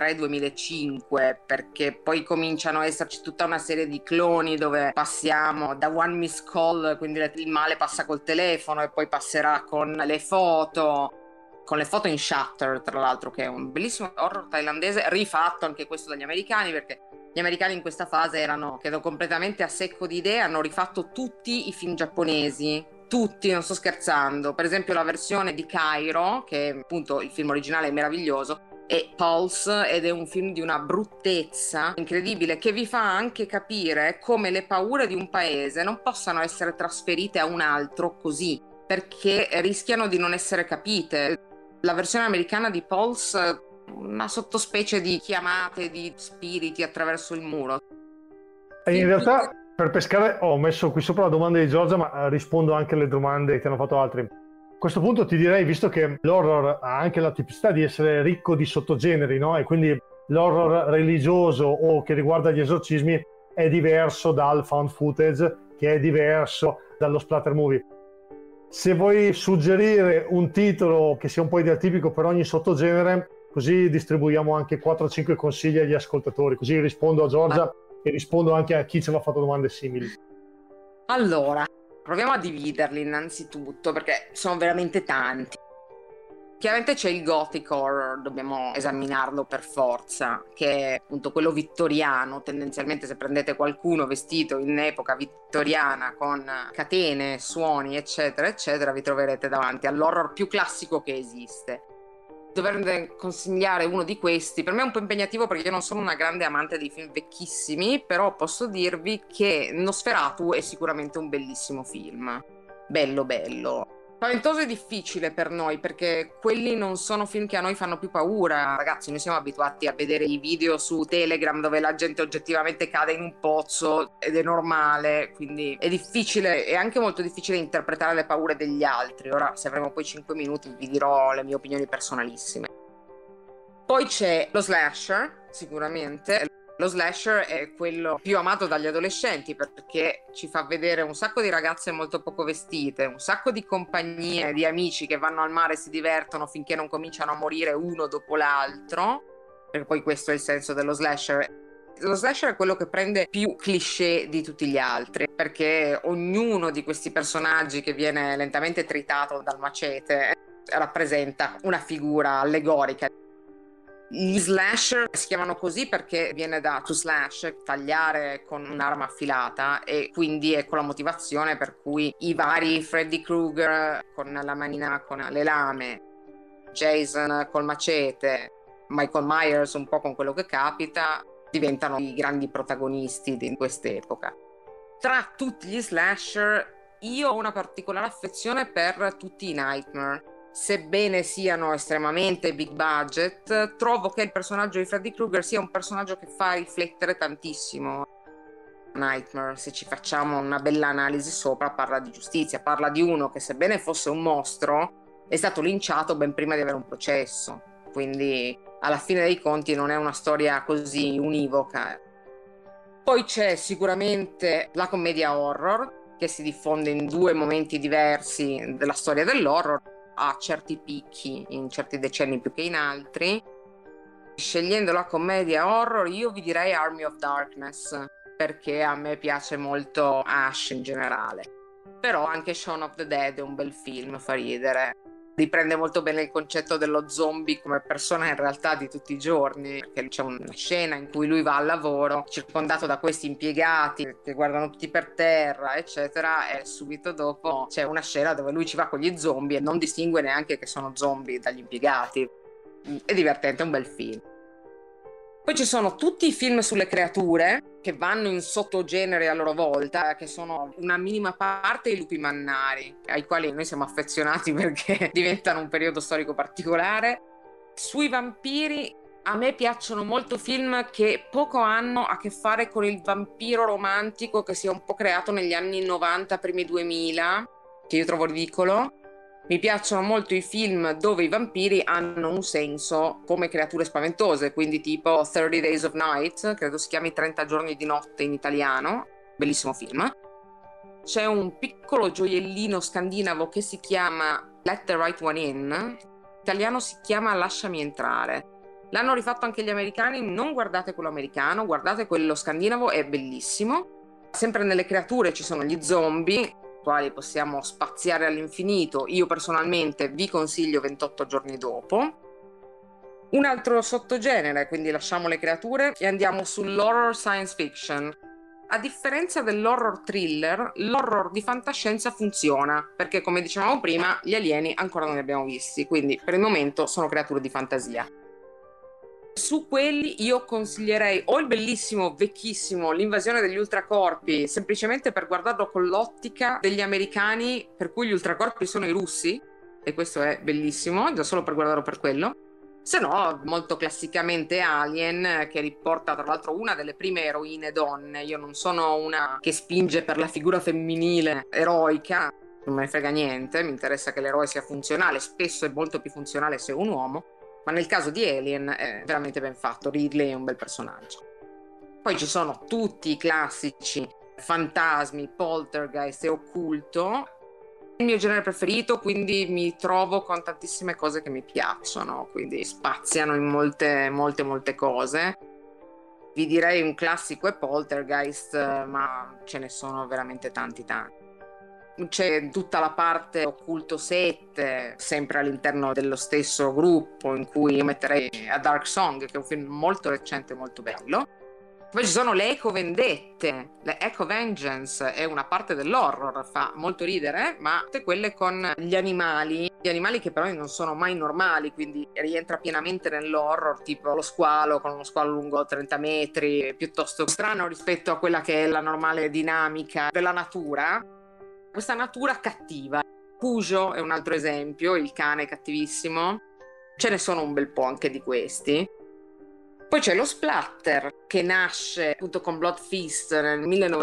2003-2005, perché poi cominciano a esserci tutta una serie di cloni dove passiamo da one miss call, quindi il male passa col telefono e poi passerà con le foto in Shutter, tra l'altro, che è un bellissimo horror thailandese, rifatto anche questo dagli americani, perché gli americani in questa fase erano, credo, completamente a secco di idee, hanno rifatto tutti i film giapponesi, tutti, non sto scherzando. Per esempio la versione di Cairo, che appunto il film originale è meraviglioso, è Pulse ed è un film di una bruttezza incredibile che vi fa anche capire come le paure di un paese non possano essere trasferite a un altro così, perché rischiano di non essere capite. La versione americana di Pulse, una sottospecie di chiamate di spiriti attraverso il muro. E in realtà, per pescare, ho messo qui sopra la domanda di Giorgia, ma rispondo anche alle domande che hanno fatto altri. A questo punto ti direi, visto che l'horror ha anche la tipicità di essere ricco di sottogeneri, no? E quindi l'horror religioso o che riguarda gli esorcismi è diverso dal found footage, che è diverso dallo splatter movie. Se vuoi suggerire un titolo che sia un po' ideatipico per ogni sottogenere, così distribuiamo anche 4-5 consigli agli ascoltatori, così rispondo a Giorgia e rispondo anche a chi ci aveva fatto domande simili. Allora, proviamo a dividerli innanzitutto, perché sono veramente tanti. Chiaramente c'è il gothic horror, dobbiamo esaminarlo per forza, che è appunto quello vittoriano. Tendenzialmente se prendete qualcuno vestito in epoca vittoriana con catene, suoni eccetera eccetera, vi troverete davanti all'horror più classico che esiste. doverne consigliare uno di questi, per me è un po' impegnativo perché io non sono una grande amante dei film vecchissimi, però posso dirvi che Nosferatu è sicuramente un bellissimo film. Bello, bello. Spaventoso e difficile per noi perché quelli non sono film che a noi fanno più paura. Ragazzi, noi siamo abituati a vedere i video su Telegram dove la gente oggettivamente cade in un pozzo ed è normale, quindi è difficile, è anche molto difficile interpretare le paure degli altri. Ora, se avremo poi 5 minuti, vi dirò le mie opinioni personalissime. Poi c'è lo slasher, sicuramente. Lo slasher è quello più amato dagli adolescenti perché ci fa vedere un sacco di ragazze molto poco vestite, un sacco di compagnie, di amici che vanno al mare e si divertono finché non cominciano a morire uno dopo l'altro, perché poi questo è il senso dello slasher. Lo slasher è quello che prende più cliché di tutti gli altri, perché ognuno di questi personaggi che viene lentamente tritato dal macete rappresenta una figura allegorica. Gli slasher si chiamano così perché viene da to slash, tagliare con un'arma affilata, e quindi ecco la motivazione per cui i vari Freddy Krueger con la manina con le lame, Jason col macete, Michael Myers un po' con quello che capita, diventano i grandi protagonisti di quest'epoca. Tra tutti gli slasher io ho una particolare affezione per tutti i Nightmare. Sebbene siano estremamente big budget, trovo che il personaggio di Freddy Krueger sia un personaggio che fa riflettere tantissimo. Nightmare, se ci facciamo una bella analisi sopra, parla di giustizia, parla di uno che, sebbene fosse un mostro, è stato linciato ben prima di avere un processo, quindi alla fine dei conti non è una storia così univoca. Poi c'è sicuramente la commedia horror, che si diffonde in due momenti diversi della storia dell'horror, ha certi picchi in certi decenni più che in altri. Scegliendo la commedia horror io vi direi Army of Darkness, perché a me piace molto Ash in generale, però anche Shaun of the Dead è un bel film, fa ridere, riprende molto bene il concetto dello zombie come persona in realtà di tutti i giorni, perché c'è una scena in cui lui va al lavoro circondato da questi impiegati che guardano tutti per terra eccetera, e subito dopo c'è una scena dove lui ci va con gli zombie e non distingue neanche che sono zombie dagli impiegati. È divertente, è un bel film. Poi ci sono tutti i film sulle creature che vanno in sottogenere a loro volta, che sono una minima parte dei lupi mannari, ai quali noi siamo affezionati perché diventano un periodo storico particolare. Sui vampiri a me piacciono molto film che poco hanno a che fare con il vampiro romantico che si è un po' creato negli anni 90, primi 2000, che io trovo ridicolo. Mi piacciono molto i film dove i vampiri hanno un senso come creature spaventose, quindi tipo 30 Days of Night, credo si chiami 30 giorni di notte in italiano, bellissimo film. C'è un piccolo gioiellino scandinavo che si chiama Let the Right One In, in italiano si chiama Lasciami entrare. L'hanno rifatto anche gli americani, non guardate quello americano, guardate quello scandinavo, è bellissimo. Sempre nelle creature ci sono gli zombie, quali possiamo spaziare all'infinito. Io personalmente vi consiglio 28 giorni dopo. Un altro sottogenere, quindi lasciamo le creature e andiamo sull'horror science fiction. A differenza dell'horror thriller, l'horror di fantascienza funziona, perché come dicevamo prima, gli alieni ancora non li abbiamo visti, quindi per il momento sono creature di fantasia. Su quelli io consiglierei o il bellissimo, vecchissimo L'invasione degli ultracorpi, semplicemente per guardarlo con l'ottica degli americani, per cui gli ultracorpi sono i russi, e questo è bellissimo, già solo per guardarlo per quello. Se no, molto classicamente Alien, che riporta tra l'altro una delle prime eroine donne. Io non sono una che spinge per la figura femminile eroica, non me ne frega niente, mi interessa che l'eroe sia funzionale, spesso è molto più funzionale se è un uomo. Ma nel caso di Alien è veramente ben fatto, Ridley è un bel personaggio. Poi ci sono tutti i classici fantasmi, poltergeist e occulto. Il mio genere preferito, quindi mi trovo con tantissime cose che mi piacciono, quindi spaziano in molte cose. Vi direi un classico è Poltergeist, ma ce ne sono veramente tanti. C'è tutta la parte occulto 7, sempre all'interno dello stesso gruppo, in cui io metterei A Dark Song, che è un film molto recente, molto bello. Poi ci sono le eco-vendette, le eco-vengeance è una parte dell'horror, fa molto ridere, ma tutte quelle con gli animali che però non sono mai normali, quindi rientra pienamente nell'horror, tipo lo squalo con uno squalo lungo 30 metri, piuttosto strano rispetto a quella che è la normale dinamica della natura, questa natura cattiva. Cujo è un altro esempio, il cane cattivissimo, ce ne sono un bel po' anche di questi. Poi c'è lo splatter, che nasce appunto con Blood Feast nel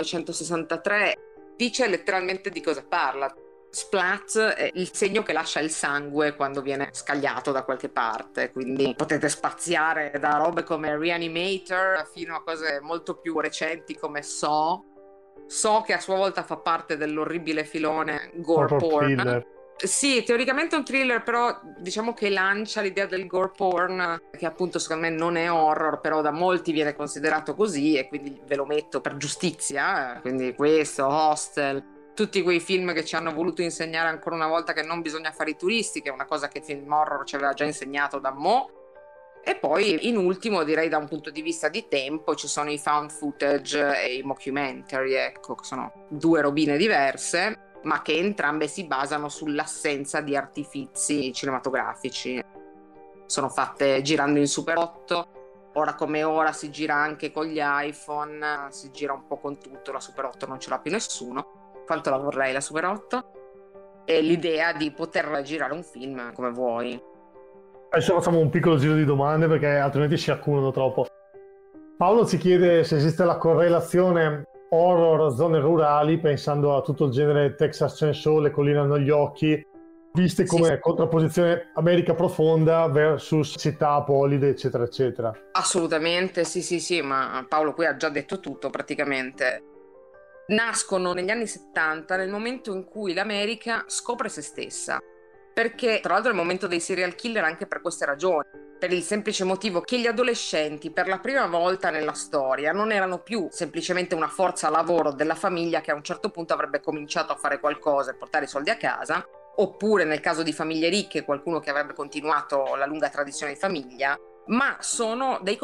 1963, dice letteralmente di cosa parla. Splat è il segno che lascia il sangue quando viene scagliato da qualche parte, quindi potete spaziare da robe come Reanimator fino a cose molto più recenti come Saw, che a sua volta fa parte dell'orribile filone gore Horror porn. thriller. Sì, teoricamente è un thriller, però diciamo che lancia l'idea del gore porn, che appunto secondo me non è horror, però da molti viene considerato così, e quindi ve lo metto per giustizia. Quindi questo, Hostel, tutti quei film che ci hanno voluto insegnare ancora una volta che non bisogna fare i turisti, che è una cosa che il film horror ci aveva già insegnato da mo'. E poi in ultimo, direi da un punto di vista di tempo, ci sono i found footage e i mockumentary, ecco, che sono due robine diverse, ma che entrambe si basano sull'assenza di artifizi cinematografici. Sono fatte girando in Super 8, ora come ora si gira anche con gli iPhone, si gira un po' con tutto, la Super 8 non ce l'ha più nessuno, quanto la vorrei la Super 8, e l'idea di poter girare un film come vuoi. Adesso facciamo un piccolo giro di domande perché altrimenti si accumulano troppo. Paolo ci chiede se esiste la correlazione horror zone rurali, pensando a tutto il genere Texas Chainsaw, Le colline hanno gli occhi, viste come Sì. contrapposizione America profonda versus città apolide, eccetera, eccetera. Assolutamente, sì, ma Paolo qui ha già detto tutto praticamente. Nascono negli anni 70, nel momento in cui l'America scopre se stessa. Perché tra l'altro è il momento dei serial killer anche per queste ragioni, per il semplice motivo che gli adolescenti per la prima volta nella storia non erano più semplicemente una forza lavoro della famiglia che a un certo punto avrebbe cominciato a fare qualcosa e portare i soldi a casa, oppure nel caso di famiglie ricche qualcuno che avrebbe continuato la lunga tradizione di famiglia, ma sono dei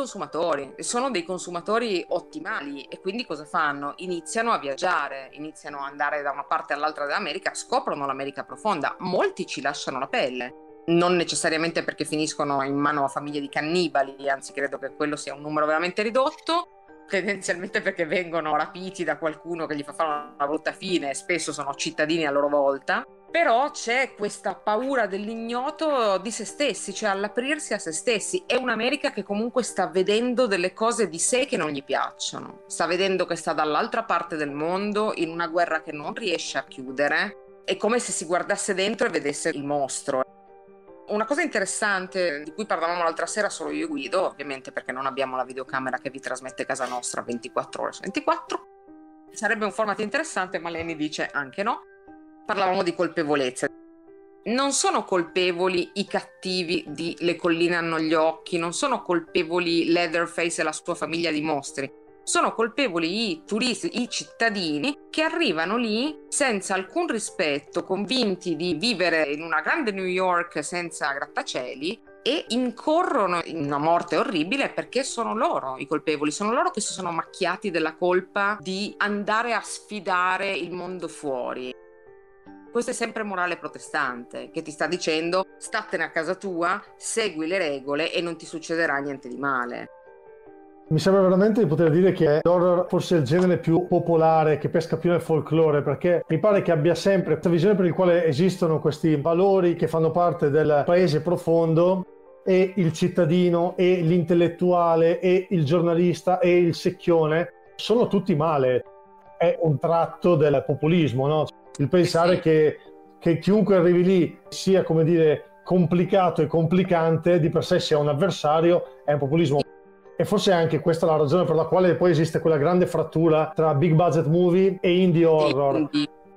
consumatori ottimali, e quindi cosa fanno? Iniziano a viaggiare, iniziano ad andare da una parte all'altra dell'America, scoprono l'America profonda, molti ci lasciano la pelle, non necessariamente perché finiscono in mano a famiglie di cannibali, anzi credo che quello sia un numero veramente ridotto, tendenzialmente perché vengono rapiti da qualcuno che gli fa fare una brutta fine, e spesso sono cittadini a loro volta. Però c'è questa paura dell'ignoto di se stessi, cioè all'aprirsi a se stessi. È un'America che comunque sta vedendo delle cose di sé che non gli piacciono, sta vedendo che sta dall'altra parte del mondo in una guerra che non riesce a chiudere, è come se si guardasse dentro e vedesse il mostro. Una cosa interessante di cui parlavamo l'altra sera solo io e Guido, ovviamente perché non abbiamo la videocamera che vi trasmette casa nostra 24 ore su 24, sarebbe un format interessante, ma Leni dice anche no. Parlavamo di colpevolezza. Non sono colpevoli i cattivi di Le colline hanno gli occhi, non sono colpevoli Leatherface e la sua famiglia di mostri, sono colpevoli i turisti, i cittadini che arrivano lì senza alcun rispetto, convinti di vivere in una grande New York senza grattacieli, e incorrono in una morte orribile perché sono loro i colpevoli, sono loro che si sono macchiati della colpa di andare a sfidare il mondo fuori. Questo è sempre morale protestante, che ti sta dicendo statene a casa tua, segui le regole e non ti succederà niente di male. Mi sembra veramente di poter dire che l'horror forse è il genere più popolare, che pesca più nel folklore, perché mi pare che abbia sempre questa visione per il quale esistono questi valori che fanno parte del paese profondo, e il cittadino e l'intellettuale e il giornalista e il secchione sono tutti male. È un tratto del populismo, no? Il pensare che chiunque arrivi lì sia, come dire, complicato e complicante di per sé sia un avversario, è un populismo. E forse è anche questa la ragione per la quale poi esiste quella grande frattura tra big budget movie e indie horror.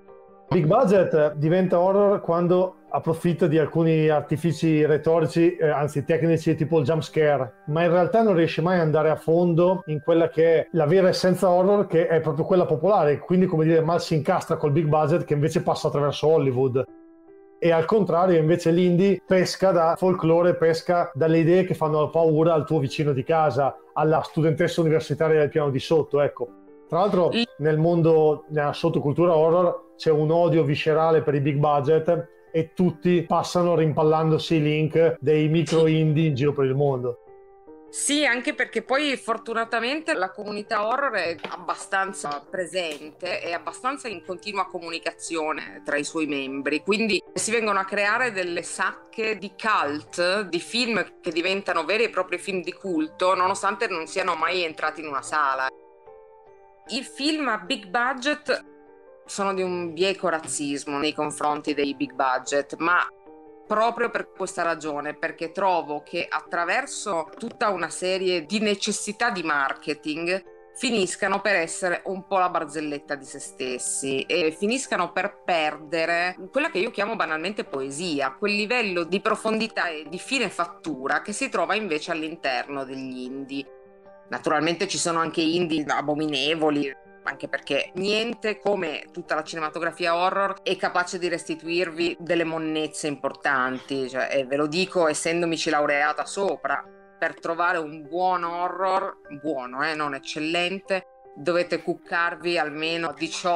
Big budget diventa horror quando approfitta di alcuni artifici retorici, anzi tecnici, tipo il jump scare, ma in realtà non riesce mai ad andare a fondo in quella che è la vera essenza horror, che è proprio quella popolare, quindi, come dire, mal si incastra col big budget che invece passa attraverso Hollywood. E al contrario invece l'indie pesca da folklore, pesca dalle idee che fanno paura al tuo vicino di casa, alla studentessa universitaria del piano di sotto, ecco. Tra l'altro nel mondo, nella sottocultura horror, c'è un odio viscerale per i big budget e tutti passano rimpallandosi i link dei micro indie in giro per il mondo. Sì, anche perché poi fortunatamente la comunità horror è abbastanza presente e abbastanza in continua comunicazione tra i suoi membri, quindi si vengono a creare delle sacche di cult, di film che diventano veri e propri film di culto, nonostante non siano mai entrati in una sala. I film a big budget sono di un bieco razzismo nei confronti dei big budget, ma proprio per questa ragione, perché trovo che attraverso tutta una serie di necessità di marketing finiscano per essere un po' la barzelletta di se stessi e finiscano per perdere quella che io chiamo banalmente poesia, quel livello di profondità e di fine fattura che si trova invece all'interno degli indie. Naturalmente ci sono anche indie abominevoli, anche perché niente come tutta la cinematografia horror è capace di restituirvi delle monnezze importanti, cioè, e ve lo dico essendomici laureata sopra, per trovare un buon horror, buono, non eccellente, dovete cuccarvi almeno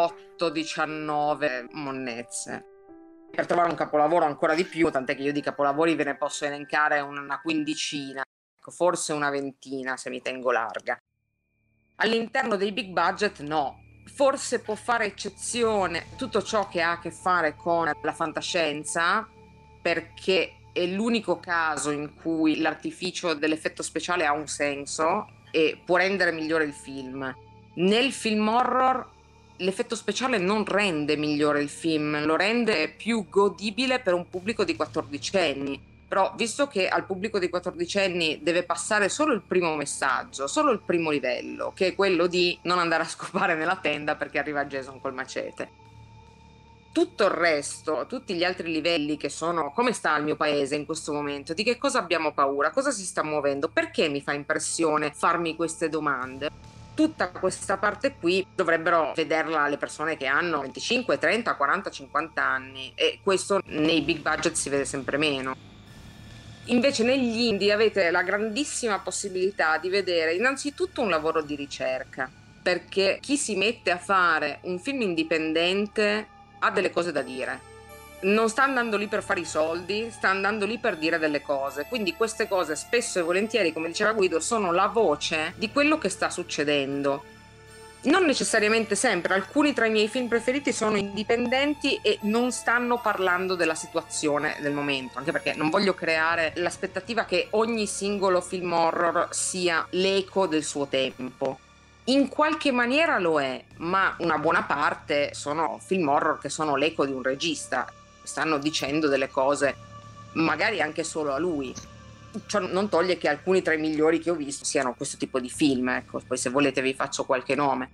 18-19 monnezze. Per trovare un capolavoro ancora di più, tant'è che io di capolavori ve ne posso elencare una quindicina, forse una ventina se mi tengo larga. All'interno dei big budget no, forse può fare eccezione tutto ciò che ha a che fare con la fantascienza, perché è l'unico caso in cui l'artificio dell'effetto speciale ha un senso e può rendere migliore il film. Nel film horror l'effetto speciale non rende migliore il film, lo rende più godibile per un pubblico di 14enni. Però visto che al pubblico dei 14enni deve passare solo il primo messaggio, solo il primo livello, che è quello di non andare a scopare nella tenda perché arriva Jason col macete. Tutto il resto, tutti gli altri livelli che sono come sta il mio paese in questo momento, di che cosa abbiamo paura, cosa si sta muovendo, perché mi fa impressione farmi queste domande. Tutta questa parte qui dovrebbero vederla le persone che hanno 25, 30, 40, 50 anni e questo nei big budget si vede sempre meno. Invece negli indie avete la grandissima possibilità di vedere innanzitutto un lavoro di ricerca, perché chi si mette a fare un film indipendente ha delle cose da dire. Non sta andando lì per fare i soldi, sta andando lì per dire delle cose. Quindi queste cose spesso e volentieri, come diceva Guido, sono la voce di quello che sta succedendo. Non necessariamente sempre, alcuni tra i miei film preferiti sono indipendenti e non stanno parlando della situazione del momento, anche perché non voglio creare l'aspettativa che ogni singolo film horror sia l'eco del suo tempo. In qualche maniera lo è, ma una buona parte sono film horror che sono l'eco di un regista, stanno dicendo delle cose magari anche solo a lui. Ciò non toglie che alcuni tra i migliori che ho visto siano questo tipo di film, ecco, poi se volete vi faccio qualche nome.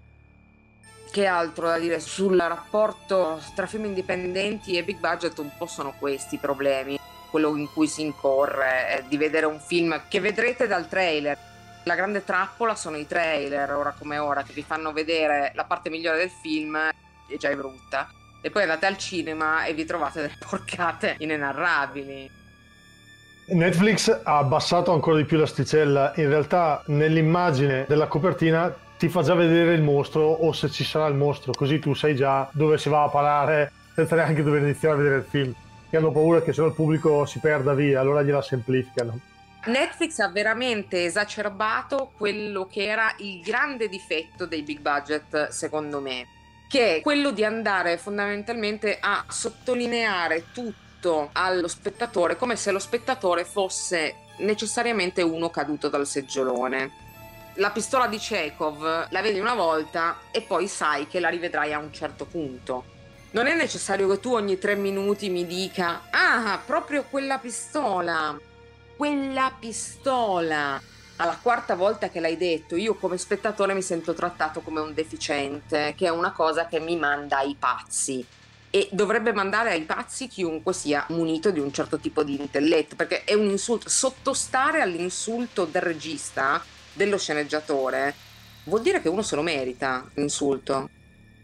Che altro da dire sul rapporto tra film indipendenti e big budget? Un po' sono questi i problemi, quello in cui si incorre è di vedere un film che vedrete dal trailer. La grande trappola sono i trailer, ora come ora, che vi fanno vedere la parte migliore del film e già è brutta, e poi andate al cinema e vi trovate delle porcate inenarrabili. Netflix ha abbassato ancora di più l'asticella, in realtà nell'immagine della copertina ti fa già vedere il mostro o se ci sarà il mostro, così tu sai già dove si va a parare senza neanche dover iniziare a vedere il film, che hanno paura che se no il pubblico si perda via, allora gliela semplificano. Netflix ha veramente esacerbato quello che era il grande difetto dei big budget, secondo me, che è quello di andare fondamentalmente a sottolineare tutto allo spettatore come se lo spettatore fosse necessariamente uno caduto dal seggiolone. La pistola di Chekhov la vedi una volta e poi sai che la rivedrai a un certo punto. Non è necessario che tu ogni 3 minuti mi dica «Ah, proprio quella pistola!» Quella pistola! Alla quarta volta che l'hai detto, io come spettatore mi sento trattato come un deficiente, che è una cosa che mi manda ai pazzi. E dovrebbe mandare ai pazzi chiunque sia munito di un certo tipo di intelletto, perché è un insulto. Sottostare all'insulto del regista, dello sceneggiatore, vuol dire che uno se lo merita l'insulto.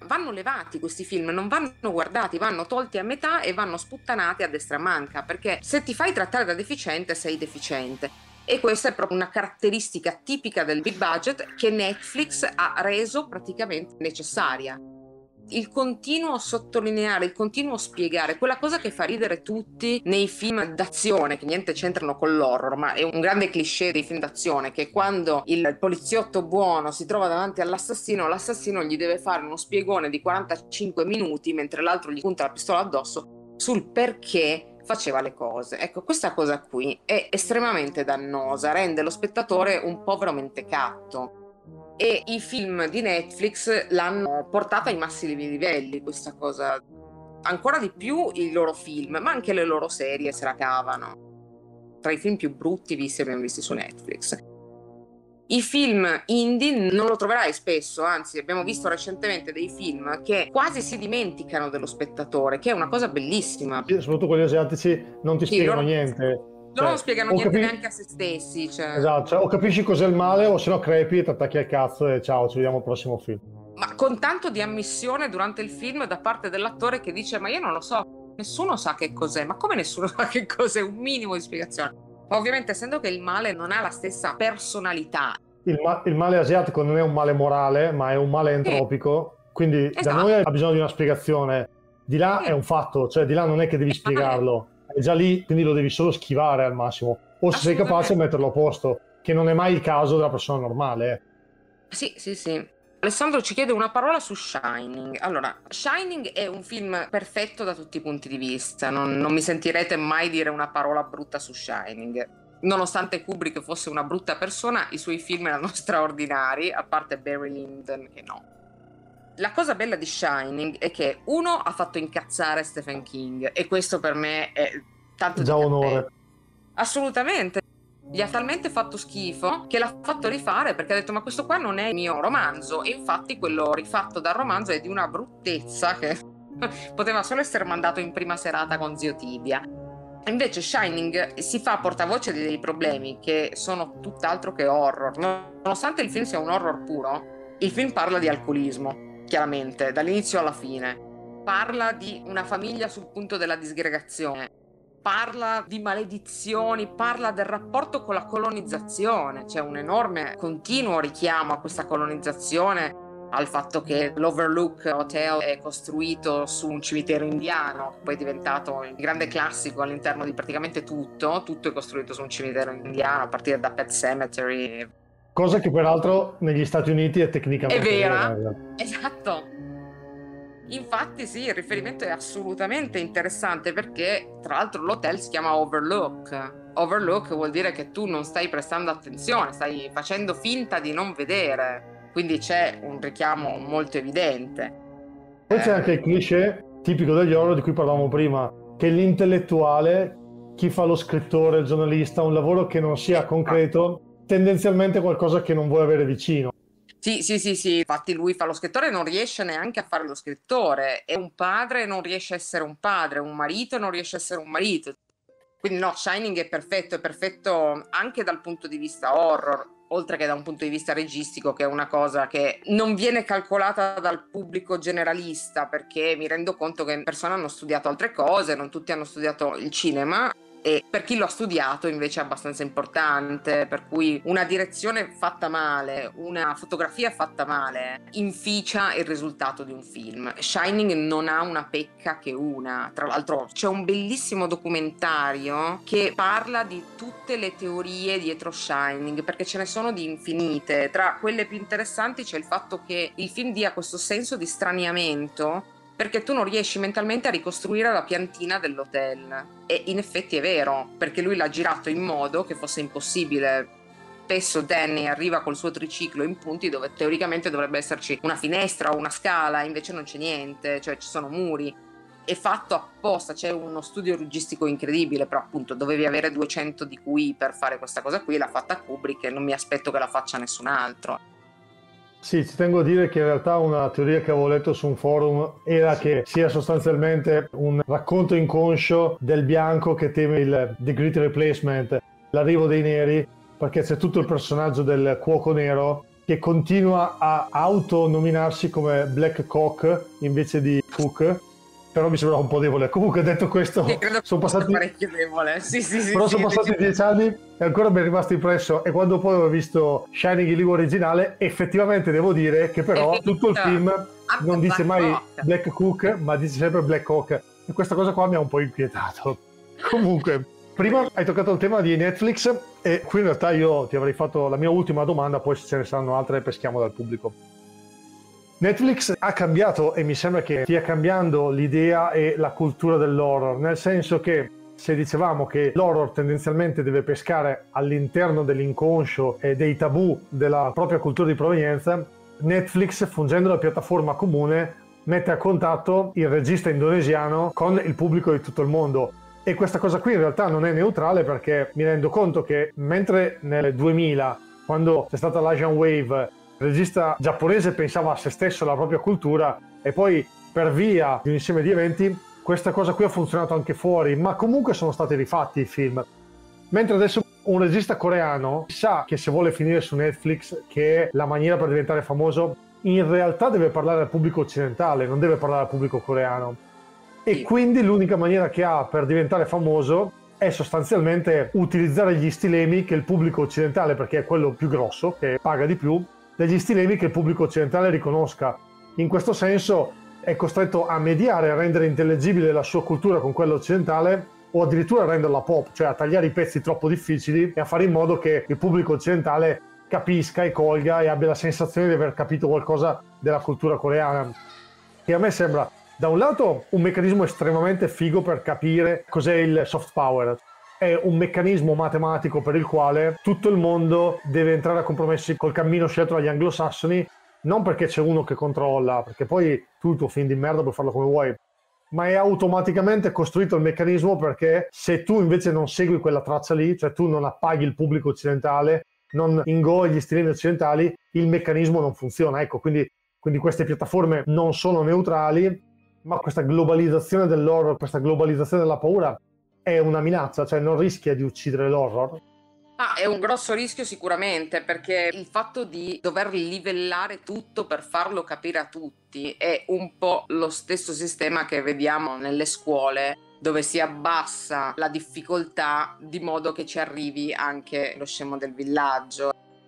vanno levati questi film, non vanno guardati, vanno tolti a metà e vanno sputtanati a destra e manca, perché se ti fai trattare da deficiente sei deficiente. E questa è proprio una caratteristica tipica del big budget che Netflix ha reso praticamente necessaria. Il continuo sottolineare, il continuo spiegare, quella cosa che fa ridere tutti nei film d'azione, che niente c'entrano con l'horror, ma è un grande cliché dei film d'azione, che quando il poliziotto buono si trova davanti all'assassino, l'assassino gli deve fare uno spiegone di 45 minuti mentre l'altro gli punta la pistola addosso sul perché faceva le cose. Ecco, questa cosa qui è estremamente dannosa, rende lo spettatore un povero mentecatto. E i film di Netflix l'hanno portata ai massimi livelli, questa cosa. Ancora di più i loro film, ma anche le loro serie se la cavano. Tra i film più brutti visti abbiamo visti su Netflix. I film indie non lo troverai spesso, anzi abbiamo visto recentemente dei film che quasi si dimenticano dello spettatore, che è una cosa bellissima. Soprattutto quelli asiatici non ti spiegano niente. Loro non spiegano niente neanche a se stessi. Esatto, o capisci cos'è il male o se no crepi e ti attacchi al cazzo e ciao, ci vediamo al prossimo film. Ma con tanto di ammissione durante il film da parte dell'attore che dice ma io non lo so, nessuno sa che cos'è, ma come nessuno sa che cos'è? Un minimo di spiegazione. Ma ovviamente essendo che il male non ha la stessa personalità. Il male asiatico non è un male morale, ma è un male entropico, quindi esatto. Da noi ha bisogno di una spiegazione. Di là è un fatto, cioè di là non è che devi spiegarlo. È già lì, quindi lo devi solo schivare al massimo, o se sei capace a metterlo a posto, che non è mai il caso della persona normale. Sì. Alessandro ci chiede una parola su Shining. Allora, Shining è un film perfetto da tutti i punti di vista, non mi sentirete mai dire una parola brutta su Shining. Nonostante Kubrick fosse una brutta persona, i suoi film erano straordinari, a parte Barry Lyndon che no. La cosa bella di Shining è che uno ha fatto incazzare Stephen King e questo per me è tanto già di onore. cappello. Assolutamente. Gli ha talmente fatto schifo che l'ha fatto rifare perché ha detto ma questo qua non è il mio romanzo, e infatti quello rifatto dal romanzo è di una bruttezza che poteva solo essere mandato in prima serata con Zio Tibia. Invece Shining si fa portavoce di dei problemi che sono tutt'altro che horror. Nonostante il film sia un horror puro, il film parla di alcolismo. Chiaramente, dall'inizio alla fine. Parla di una famiglia sul punto della disgregazione, parla di maledizioni, parla del rapporto con la colonizzazione, c'è un enorme continuo richiamo a questa colonizzazione, al fatto che l'Overlook Hotel è costruito su un cimitero indiano, poi è diventato il grande classico all'interno di praticamente tutto è costruito su un cimitero indiano, a partire da Pet Sematary. Cosa che peraltro negli Stati Uniti è tecnicamente vera. Esatto. Infatti sì, il riferimento è assolutamente interessante perché tra l'altro l'hotel si chiama Overlook. Overlook vuol dire che tu non stai prestando attenzione, stai facendo finta di non vedere, quindi c'è un richiamo molto evidente. Poi c'è anche il cliché tipico degli horror di cui parlavamo prima, che l'intellettuale, chi fa lo scrittore, il giornalista, un lavoro che non sia concreto, tendenzialmente qualcosa che non vuoi avere vicino. Sì, infatti lui fa lo scrittore e non riesce neanche a fare lo scrittore, è un padre e non riesce a essere un padre, un marito e non riesce a essere un marito. Quindi no, Shining è perfetto anche dal punto di vista horror, oltre che da un punto di vista registico, che è una cosa che non viene calcolata dal pubblico generalista, perché mi rendo conto che le persone hanno studiato altre cose, non tutti hanno studiato il cinema. E per chi lo ha studiato invece è abbastanza importante, per cui una direzione fatta male, una fotografia fatta male inficia il risultato di un film. Shining non ha una pecca che una. Tra l'altro c'è un bellissimo documentario che parla di tutte le teorie dietro Shining, perché ce ne sono di infinite. Tra quelle più interessanti c'è il fatto che il film dia questo senso di straniamento perché tu non riesci mentalmente a ricostruire la piantina dell'hotel, e in effetti è vero, perché lui l'ha girato in modo che fosse impossibile. Spesso Danny arriva col suo triciclo in punti dove teoricamente dovrebbe esserci una finestra o una scala, invece non c'è niente, cioè ci sono muri. È fatto apposta, c'è uno studio registico incredibile, però appunto dovevi avere 200 di QI per fare questa cosa qui, l'ha fatta Kubrick e non mi aspetto che la faccia nessun altro. Sì, ci tengo a dire che in realtà una teoria che avevo letto su un forum era che sia sostanzialmente un racconto inconscio del bianco che teme il The Great Replacement, l'arrivo dei neri, perché c'è tutto il personaggio del cuoco nero che continua a autonominarsi come Black Cock invece di Cook, però mi sembra un po' debole. Comunque, detto questo, Sì, credo sono passati parecchio debole. Sì, però sono sì, passati 10 anni e ancora mi è rimasto impresso. E quando poi ho visto Shining il libro originale, effettivamente devo dire che però tutto il film non dice mai Black Cook, ma dice sempre Black Hawk, e questa cosa qua mi ha un po' inquietato. Comunque, prima hai toccato il tema di Netflix e qui in realtà io ti avrei fatto la mia ultima domanda, poi se ce ne saranno altre peschiamo dal pubblico. Netflix ha cambiato, e mi sembra che stia cambiando, l'idea e la cultura dell'horror, nel senso che se dicevamo che l'horror tendenzialmente deve pescare all'interno dell'inconscio e dei tabù della propria cultura di provenienza, Netflix, fungendo da piattaforma comune, mette a contatto il regista indonesiano con il pubblico di tutto il mondo. E questa cosa qui in realtà non è neutrale, perché mi rendo conto che mentre nel 2000, quando c'è stata l'Asian Wave, il regista giapponese pensava a se stesso, alla propria cultura, e poi per via di un insieme di eventi questa cosa qui ha funzionato anche fuori, ma comunque sono stati rifatti i film. Mentre adesso un regista coreano sa che se vuole finire su Netflix, che è la maniera per diventare famoso, in realtà deve parlare al pubblico occidentale, non deve parlare al pubblico coreano. E quindi l'unica maniera che ha per diventare famoso è sostanzialmente utilizzare gli stilemi che il pubblico occidentale, perché è quello più grosso, che paga di più, degli stilemi che il pubblico occidentale riconosca. In questo senso è costretto a mediare, a rendere intellegibile la sua cultura con quella occidentale, o addirittura a renderla pop, cioè a tagliare i pezzi troppo difficili e a fare in modo che il pubblico occidentale capisca e colga e abbia la sensazione di aver capito qualcosa della cultura coreana. Che a me sembra, da un lato, un meccanismo estremamente figo per capire cos'è il soft power. È un meccanismo matematico per il quale tutto il mondo deve entrare a compromessi col cammino scelto dagli anglosassoni, non perché c'è uno che controlla, perché poi tu il tuo film di merda puoi farlo come vuoi, ma è automaticamente costruito il meccanismo perché se tu invece non segui quella traccia lì, cioè tu non appaghi il pubblico occidentale, non ingoi gli stilemi occidentali, il meccanismo non funziona. Ecco, quindi queste piattaforme non sono neutrali, ma questa globalizzazione dell'horror, questa globalizzazione della paura è una minaccia, cioè non rischia di uccidere l'horror. È un grosso rischio sicuramente, perché il fatto di dover livellare tutto per farlo capire a tutti è un po' lo stesso sistema che vediamo nelle scuole, dove si abbassa la difficoltà di modo che ci arrivi anche lo scemo del villaggio.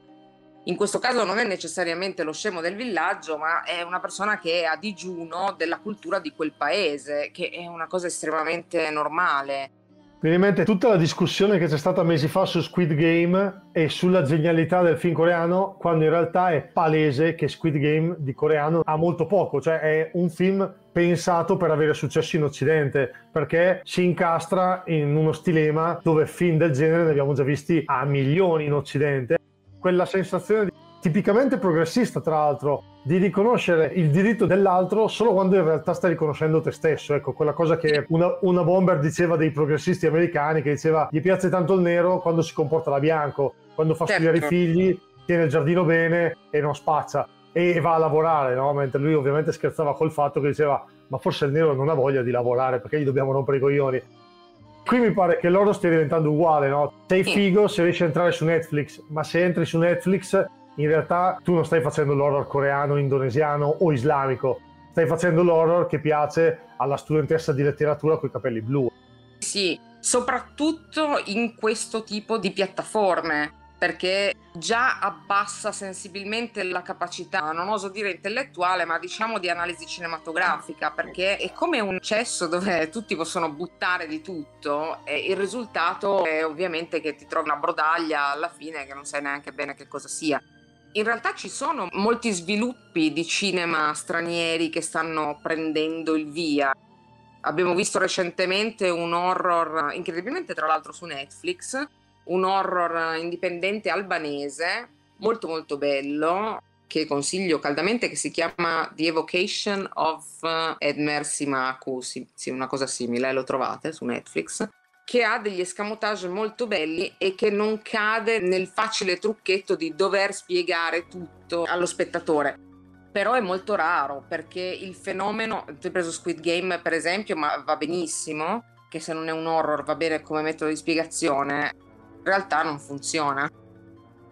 In questo caso non è necessariamente lo scemo del villaggio, ma è una persona che è a digiuno della cultura di quel paese, che è una cosa estremamente normale. Mi viene in mente tutta la discussione che c'è stata mesi fa su Squid Game e sulla genialità del film coreano, quando in realtà è palese che Squid Game di coreano ha molto poco, cioè è un film pensato per avere successo in Occidente, perché si incastra in uno stilema dove film del genere ne abbiamo già visti a milioni in Occidente. Quella sensazione tipicamente progressista, tra l'altro, di riconoscere il diritto dell'altro solo quando in realtà stai riconoscendo te stesso. Ecco, quella cosa che una bomber diceva dei progressisti americani, che diceva: gli piace tanto il nero quando si comporta da bianco, quando fa studiare i figli, tiene il giardino bene e non spaccia e va a lavorare, no? Mentre lui ovviamente scherzava col fatto che diceva: ma forse il nero non ha voglia di lavorare, perché gli dobbiamo rompere i coglioni. Qui mi pare che loro stia diventando uguale, no? Sei figo se riesci a entrare su Netflix, ma se entri su Netflix in realtà tu non stai facendo l'horror coreano, indonesiano o islamico, stai facendo l'horror che piace alla studentessa di letteratura con i capelli blu. Sì, soprattutto in questo tipo di piattaforme, perché già abbassa sensibilmente la capacità, non oso dire intellettuale, ma diciamo di analisi cinematografica, perché è come un cesso dove tutti possono buttare di tutto e il risultato è ovviamente che ti trovi una brodaglia alla fine che non sai neanche bene che cosa sia. In realtà ci sono molti sviluppi di cinema stranieri che stanno prendendo il via. Abbiamo visto recentemente un horror, incredibilmente tra l'altro su Netflix, un horror indipendente albanese, molto molto bello, che consiglio caldamente, che si chiama The Evocation of Edmer Simaku, sì, una cosa simile, lo trovate su Netflix, che ha degli escamotage molto belli e che non cade nel facile trucchetto di dover spiegare tutto allo spettatore. Però è molto raro, perché il fenomeno, tu hai preso Squid Game per esempio, ma va benissimo, che se non è un horror va bene come metodo di spiegazione, in realtà non funziona.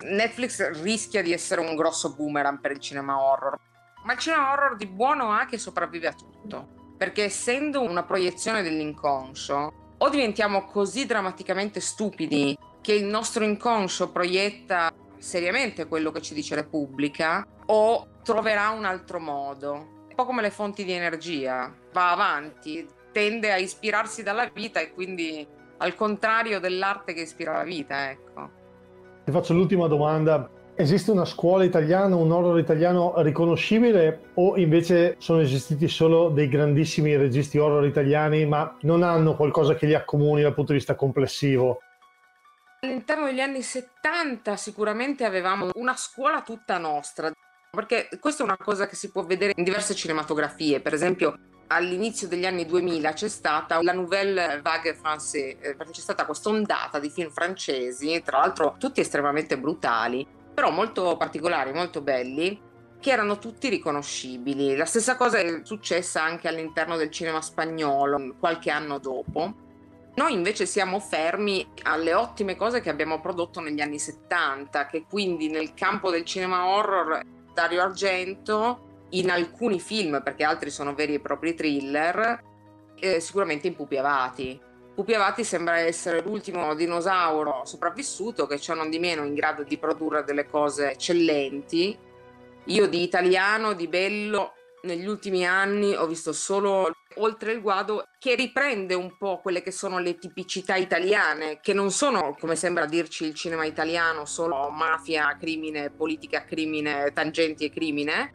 Netflix rischia di essere un grosso boomerang per il cinema horror, ma il cinema horror di buono ha che sopravvive a tutto, perché essendo una proiezione dell'inconscio, o diventiamo così drammaticamente stupidi che il nostro inconscio proietta seriamente quello che ci dice Repubblica, o troverà un altro modo. Un po' come le fonti di energia, va avanti, tende a ispirarsi dalla vita e quindi al contrario dell'arte che ispira la vita, ecco. Ti faccio l'ultima domanda. Esiste una scuola italiana, un horror italiano riconoscibile, o invece sono esistiti solo dei grandissimi registi horror italiani ma non hanno qualcosa che li accomuni dal punto di vista complessivo? All'interno degli anni 70 sicuramente avevamo una scuola tutta nostra, perché questa è una cosa che si può vedere in diverse cinematografie. Per esempio, all'inizio degli anni 2000 c'è stata la Nouvelle Vague Française, perché c'è stata questa ondata di film francesi, tra l'altro tutti estremamente brutali, però molto particolari, molto belli, che erano tutti riconoscibili. La stessa cosa è successa anche all'interno del cinema spagnolo qualche anno dopo. Noi invece siamo fermi alle ottime cose che abbiamo prodotto negli anni 70, che quindi nel campo del cinema horror Dario Argento, in alcuni film, perché altri sono veri e propri thriller, sicuramente in Pupi Avati. Pupi Avati sembra essere l'ultimo dinosauro sopravvissuto che ciò non di meno in grado di produrre delle cose eccellenti. Io di italiano, di bello, negli ultimi anni ho visto solo Oltre il guado, che riprende un po' quelle che sono le tipicità italiane, che non sono, come sembra dirci il cinema italiano, solo mafia, crimine, politica, crimine, tangenti e crimine,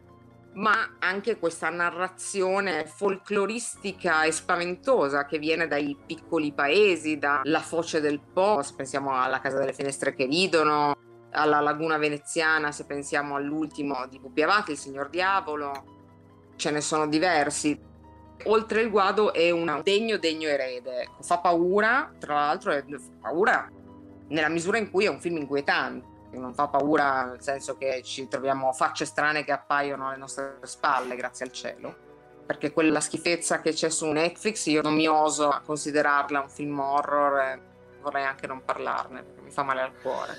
ma anche questa narrazione folcloristica e spaventosa che viene dai piccoli paesi, dalla Foce del Po, se pensiamo alla Casa delle Finestre che ridono, alla Laguna Veneziana, se pensiamo all'ultimo di Pupi Avati, Il Signor Diavolo, ce ne sono diversi. Oltre il guado è un degno erede, fa paura, tra l'altro fa paura nella misura in cui è un film inquietante, non fa paura nel senso che ci troviamo facce strane che appaiono alle nostre spalle, grazie al cielo, perché quella schifezza che c'è su Netflix io non mi oso a considerarla un film horror e vorrei anche non parlarne perché mi fa male al cuore.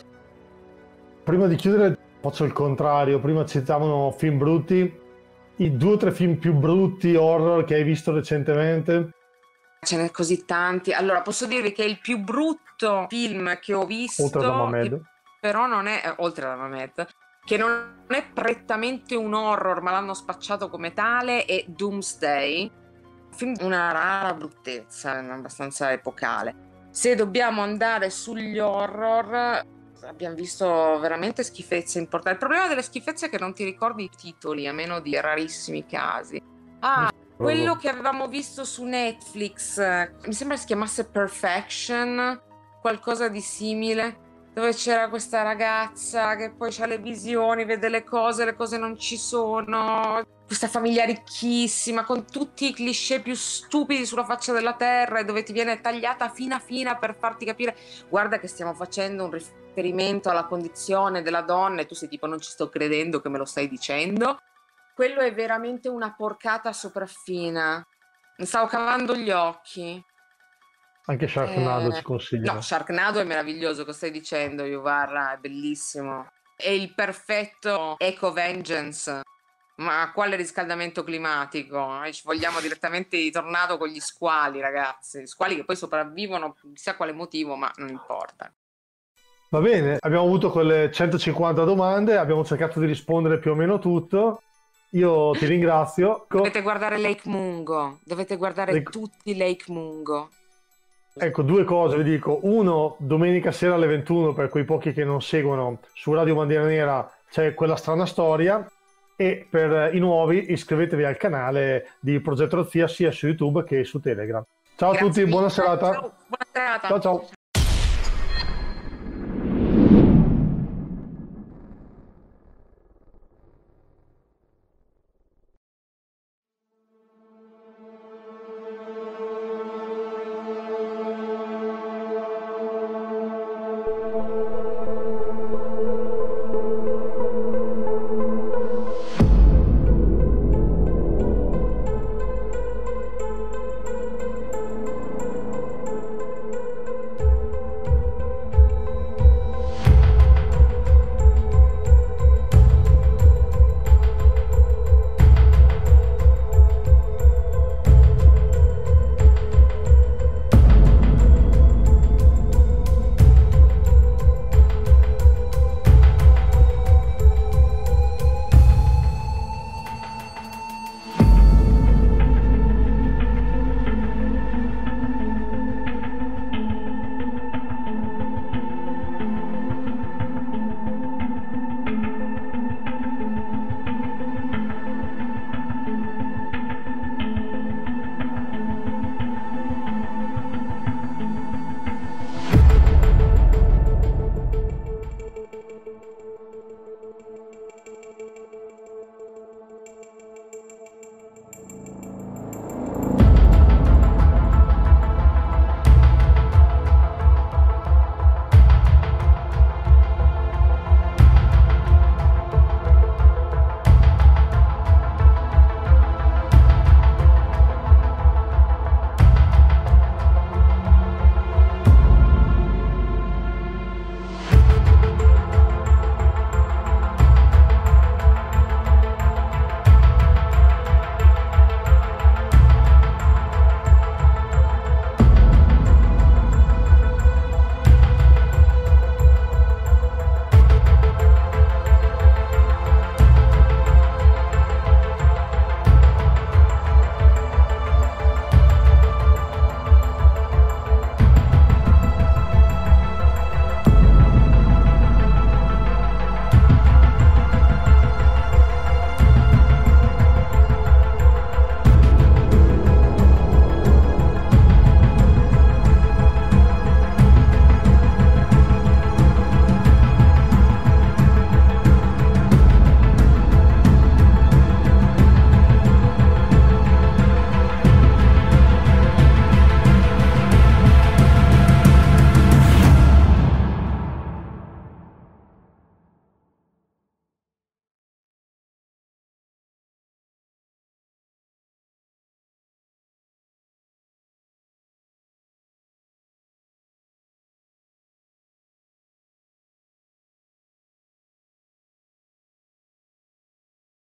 Prima di chiudere faccio il contrario, prima citavano film brutti. I 2 o 3 film più brutti horror che hai visto recentemente? Ce n'è così tanti. Allora, posso dirvi che il più brutto film che ho visto, Oltre a Mamed, che però non è oltre a Mamed, che non è prettamente un horror, ma l'hanno spacciato come tale, è Doomsday. Un film di una rara bruttezza, abbastanza epocale. Se dobbiamo andare sugli horror, abbiamo visto veramente schifezze importanti. Il problema delle schifezze è che non ti ricordi i titoli, a meno di rarissimi casi. Quello che avevamo visto su Netflix, mi sembra si chiamasse Perfection, qualcosa di simile, dove c'era questa ragazza che poi ha le visioni, vede le cose non ci sono, questa famiglia ricchissima con tutti i cliché più stupidi sulla faccia della terra e dove ti viene tagliata fina fina per farti capire guarda che stiamo facendo un riferimento alla condizione della donna e tu sei tipo non ci sto credendo che me lo stai dicendo. Quello è veramente una porcata sopraffina, mi stavo cavando gli occhi. Anche Sharknado ci consigliano. No, Sharknado è meraviglioso, cosa stai dicendo Yuvarra? È bellissimo, è il perfetto Eco Vengeance. Ma quale riscaldamento climatico? Noi ci vogliamo direttamente di tornado con gli squali, ragazzi. Squali che poi sopravvivono, chissà quale motivo, ma non importa. Va bene, abbiamo avuto quelle 150 domande, abbiamo cercato di rispondere più o meno tutto. Io ti ringrazio. Dovete guardare Lake Mungo, dovete guardare tutti Lake Mungo. Ecco, 2 cose vi dico. Uno, domenica sera alle 21, per quei pochi che non seguono, su Radio Bandiera Nera c'è Quella strana storia. E per i nuovi iscrivetevi al canale di Progetto Rozia sia su YouTube che su Telegram. Ciao a tutti, buona serata. Ciao, buona serata. Ciao ciao.